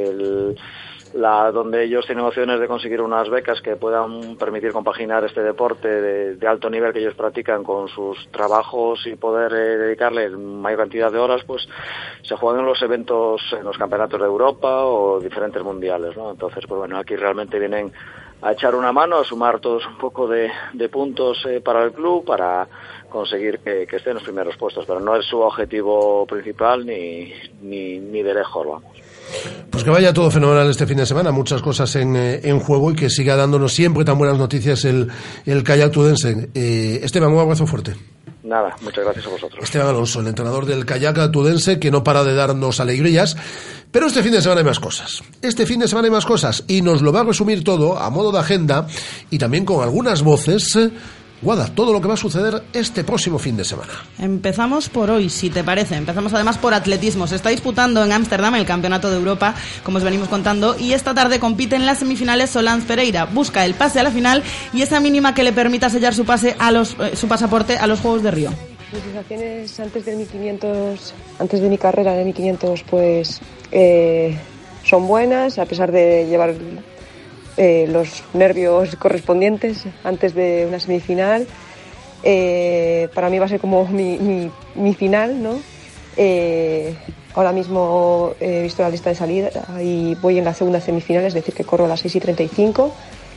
donde ellos tienen opciones de conseguir unas becas que puedan permitir compaginar este deporte de alto nivel que ellos practican con sus trabajos y poder dedicarle mayor cantidad de horas, pues se juegan en los eventos, en los campeonatos de Europa o diferentes mundiales, ¿no? Entonces, pues bueno, aquí realmente vienen a echar una mano, a sumar todos un poco de puntos para el club, para conseguir que esté en los primeros puestos, pero no es su objetivo principal ni de lejos, vamos. Pues que vaya todo fenomenal este fin de semana, muchas cosas en juego, y que siga dándonos siempre tan buenas noticias el Kayak Tudense. Esteban, un abrazo fuerte. Nada, muchas gracias a vosotros. Esteban Alonso, el entrenador del Kayak Tudense, que no para de darnos alegrías, pero este fin de semana hay más cosas. Y nos lo va a resumir todo a modo de agenda y también con algunas voces. Guada, todo lo que va a suceder este próximo fin de semana. Empezamos por hoy, si te parece. Empezamos además por atletismo. Se está disputando en Ámsterdam el Campeonato de Europa, como os venimos contando, y esta tarde compite en las semifinales Solans Pereira. Busca el pase a la final y esa mínima que le permita sellar su pasaporte a los Juegos de Río. Mis sensaciones antes de 1500, antes de mi carrera de 1500, pues son buenas, a pesar de llevar los nervios correspondientes antes de una semifinal. Para mí va a ser como mi final, ¿no? Ahora mismo he visto la lista de salida y voy en la segunda semifinal, es decir, que corro a las 6:35.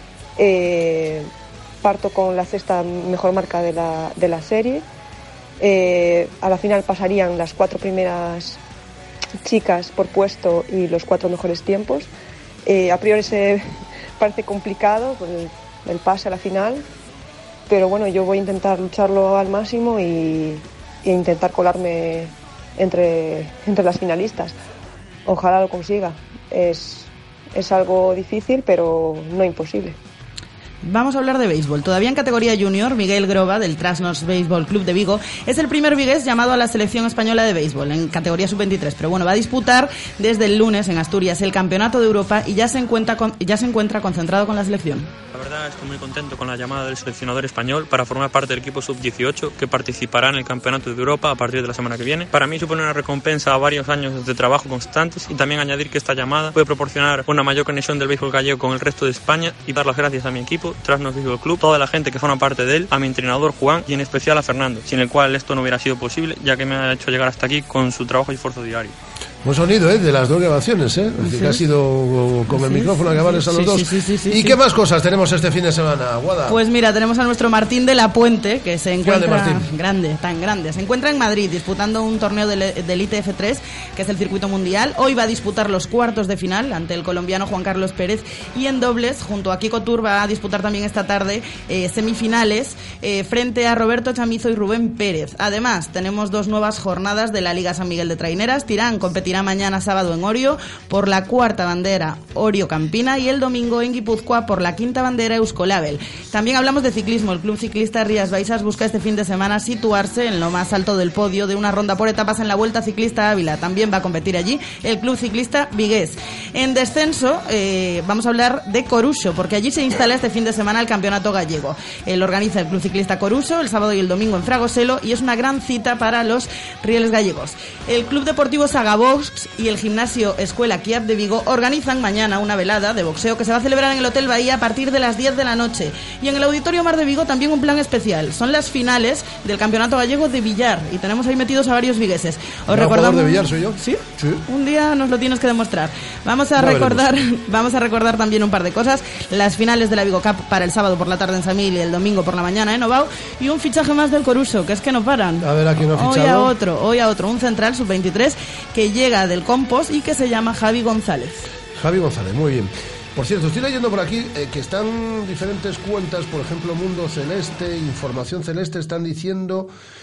Parto con la sexta mejor marca de la serie. A la final pasarían las 4 primeras chicas por puesto y los 4 mejores tiempos. A priori se parece complicado por el pase a la final, pero bueno, yo voy a intentar lucharlo al máximo e intentar colarme entre las finalistas. Ojalá lo consiga. Es algo difícil, pero no imposible. Vamos a hablar de béisbol. Todavía en categoría junior, Miguel Groba, del Trasnos Béisbol Club de Vigo, es el primer vigués llamado a la selección española de béisbol en categoría sub-23. Pero bueno, va a disputar desde el lunes en Asturias el Campeonato de Europa y ya se encuentra concentrado con la selección. verdad estoy muy contento con la llamada del seleccionador español para formar parte del equipo sub-18 que participará en el Campeonato de Europa a partir de la semana que viene. Para mí supone una recompensa a varios años de trabajo constantes y también añadir que esta llamada puede proporcionar una mayor conexión del béisbol gallego con el resto de España y dar las gracias a mi equipo, Trasnos Béisbol Club, toda la gente que forma parte de él, a mi entrenador Juan y en especial a Fernando, sin el cual esto no hubiera sido posible, ya que me ha hecho llegar hasta aquí con su trabajo y esfuerzo diario. Buen sonido, de las dos grabaciones, Sí. que ha sido con el micrófono a grabarles a los dos. ¿Y qué más cosas tenemos este fin de semana, Guada? Pues mira, tenemos a nuestro Martín de la Puente, que se encuentra tan grande, se encuentra en Madrid disputando un torneo del ITF3, que es el circuito mundial. Hoy va a disputar los cuartos de final ante el colombiano Juan Carlos Pérez, y en dobles, junto a Kiko Tour, va a disputar también esta tarde semifinales frente a Roberto Chamizo y Rubén Pérez. Además, tenemos 2 nuevas jornadas de la Liga San Miguel de Traineras. Tirán competirá mañana sábado en Orio por la 4ª bandera Orio Campina y el domingo en Guipúzcoa por la 5ª bandera Euskolabel. También hablamos de ciclismo. El Club Ciclista Rías Baixas busca este fin de semana situarse en lo más alto del podio de una ronda por etapas en la Vuelta Ciclista Ávila. También va a competir allí el Club Ciclista Vigués. En descenso vamos a hablar de Coruso, porque allí se instala este fin de semana el Campeonato Gallego. Lo organiza el Club Ciclista Coruso el sábado y el domingo en Fragoselo y es una gran cita para los rieles gallegos. El Club Deportivo Sagabox y el Gimnasio Escuela Kiap de Vigo organizan mañana una velada de boxeo que se va a celebrar en el Hotel Bahía a partir de las 10 de la noche. Y en el Auditorio Mar de Vigo también un plan especial. Son las finales del Campeonato Gallego de Billar y tenemos ahí metidos a varios vigueses. ¿Os recordamos? ¿De billar soy yo? ¿Sí? Un día nos lo tienes que demostrar. Vamos a recordar también un par de cosas. Las finales de la Vigo Cup para el sábado por la tarde en Samil y el domingo por la mañana en Ovao. Y un fichaje más del Coruso, que es que no paran. A ver, ¿a quién ha fichado? Hoy a otro. Un central sub-23 que llega del Compos y que se llama Javi González. Javi González, muy bien. Por cierto, estoy leyendo por aquí que están diferentes cuentas, por ejemplo Mundo Celeste, Información Celeste, están diciendo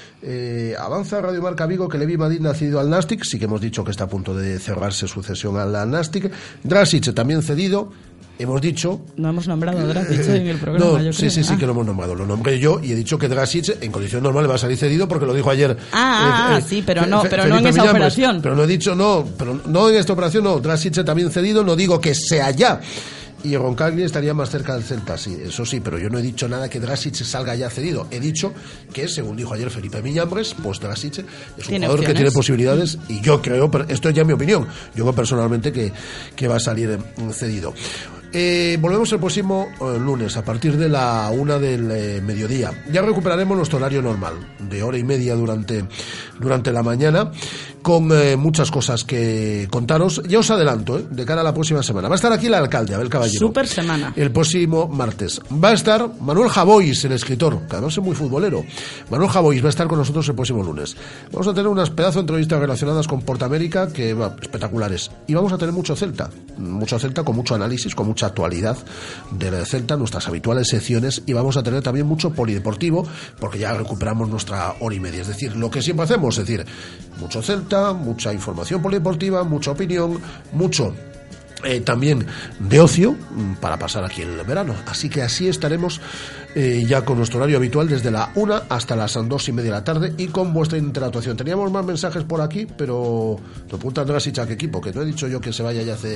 avanza Radio Marca Vigo que Levi Madrid nacido al Nastic, sí que hemos dicho que está a punto de cerrarse su cesión al Nastic. Drašić también cedido. Hemos dicho... No hemos nombrado a Drašić en el programa, yo creo. Sí, que lo hemos nombrado. Lo nombré yo y he dicho que Drašić en condición normal va a salir cedido porque lo dijo ayer. Sí, pero no en esa operación. Pero no he dicho pero no en esta operación, no. Drašić también cedido, no digo que sea ya. Y Roncaglia estaría más cerca del Celta, sí, eso sí, pero yo no he dicho nada que Drašić salga ya cedido. He dicho que, según dijo ayer Felipe Miñambres, pues Drašić es un jugador que tiene posibilidades y yo creo, pero esto es ya mi opinión, yo creo personalmente que va a salir cedido. Volvemos el próximo lunes a partir de la 1 del mediodía. Ya recuperaremos nuestro horario normal de hora y media durante la mañana con muchas cosas que contaros. Ya os adelanto, de cara a la próxima semana. Va a estar aquí el alcalde, Abel Caballero. Super semana. El próximo martes. Va a estar Manuel Javois, el escritor, que además es muy futbolero. Manuel Javois va a estar con nosotros el próximo lunes. Vamos a tener unas pedazos de entrevistas relacionadas con Portamérica que espectaculares. Y vamos a tener mucho Celta con mucho análisis, con mucha actualidad del Celta, nuestras habituales secciones, y vamos a tener también mucho polideportivo porque ya recuperamos nuestra hora y media, es decir, lo que siempre hacemos, es decir, mucho Celta, mucha información polideportiva, mucha opinión, mucho también de ocio para pasar aquí el verano. Así que así estaremos ya con nuestro horario habitual desde la 1 hasta las 2:30 de la tarde y con vuestra interactuación. Teníamos más mensajes por aquí, pero nos preguntan Drašić a qué equipo, que no he dicho yo que se vaya ya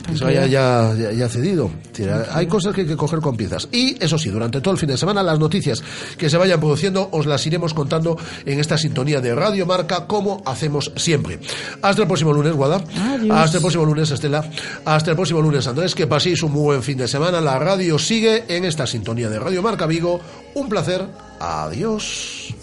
cedido. Hay cosas que hay que coger con piezas. Y eso sí, durante todo el fin de semana las noticias que se vayan produciendo os las iremos contando en esta sintonía de Radio Marca, como hacemos siempre. Hasta el próximo lunes, Guada. Adiós. Hasta el próximo lunes, Estela. Hasta el próximo lunes, Andrés. Que paséis un muy buen fin de semana. La radio sigue en esta sintonía de Radio Marca Vigo. Un placer. Adiós.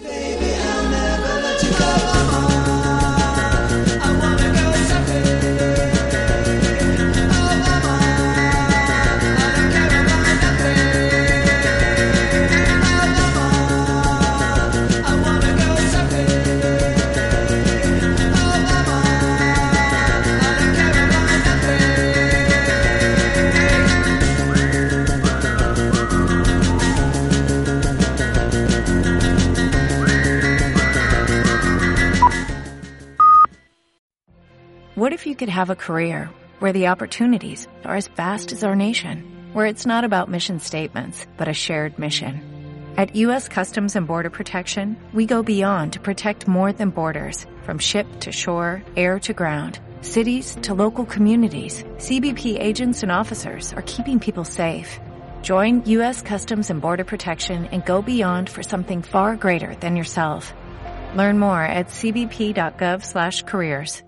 What if you could have a career where the opportunities are as vast as our nation, where it's not about mission statements, but a shared mission? At U.S. Customs and Border Protection, we go beyond to protect more than borders. From ship to shore, air to ground, cities to local communities, CBP agents and officers are keeping people safe. Join U.S. Customs and Border Protection and go beyond for something far greater than yourself. Learn more at cbp.gov/careers.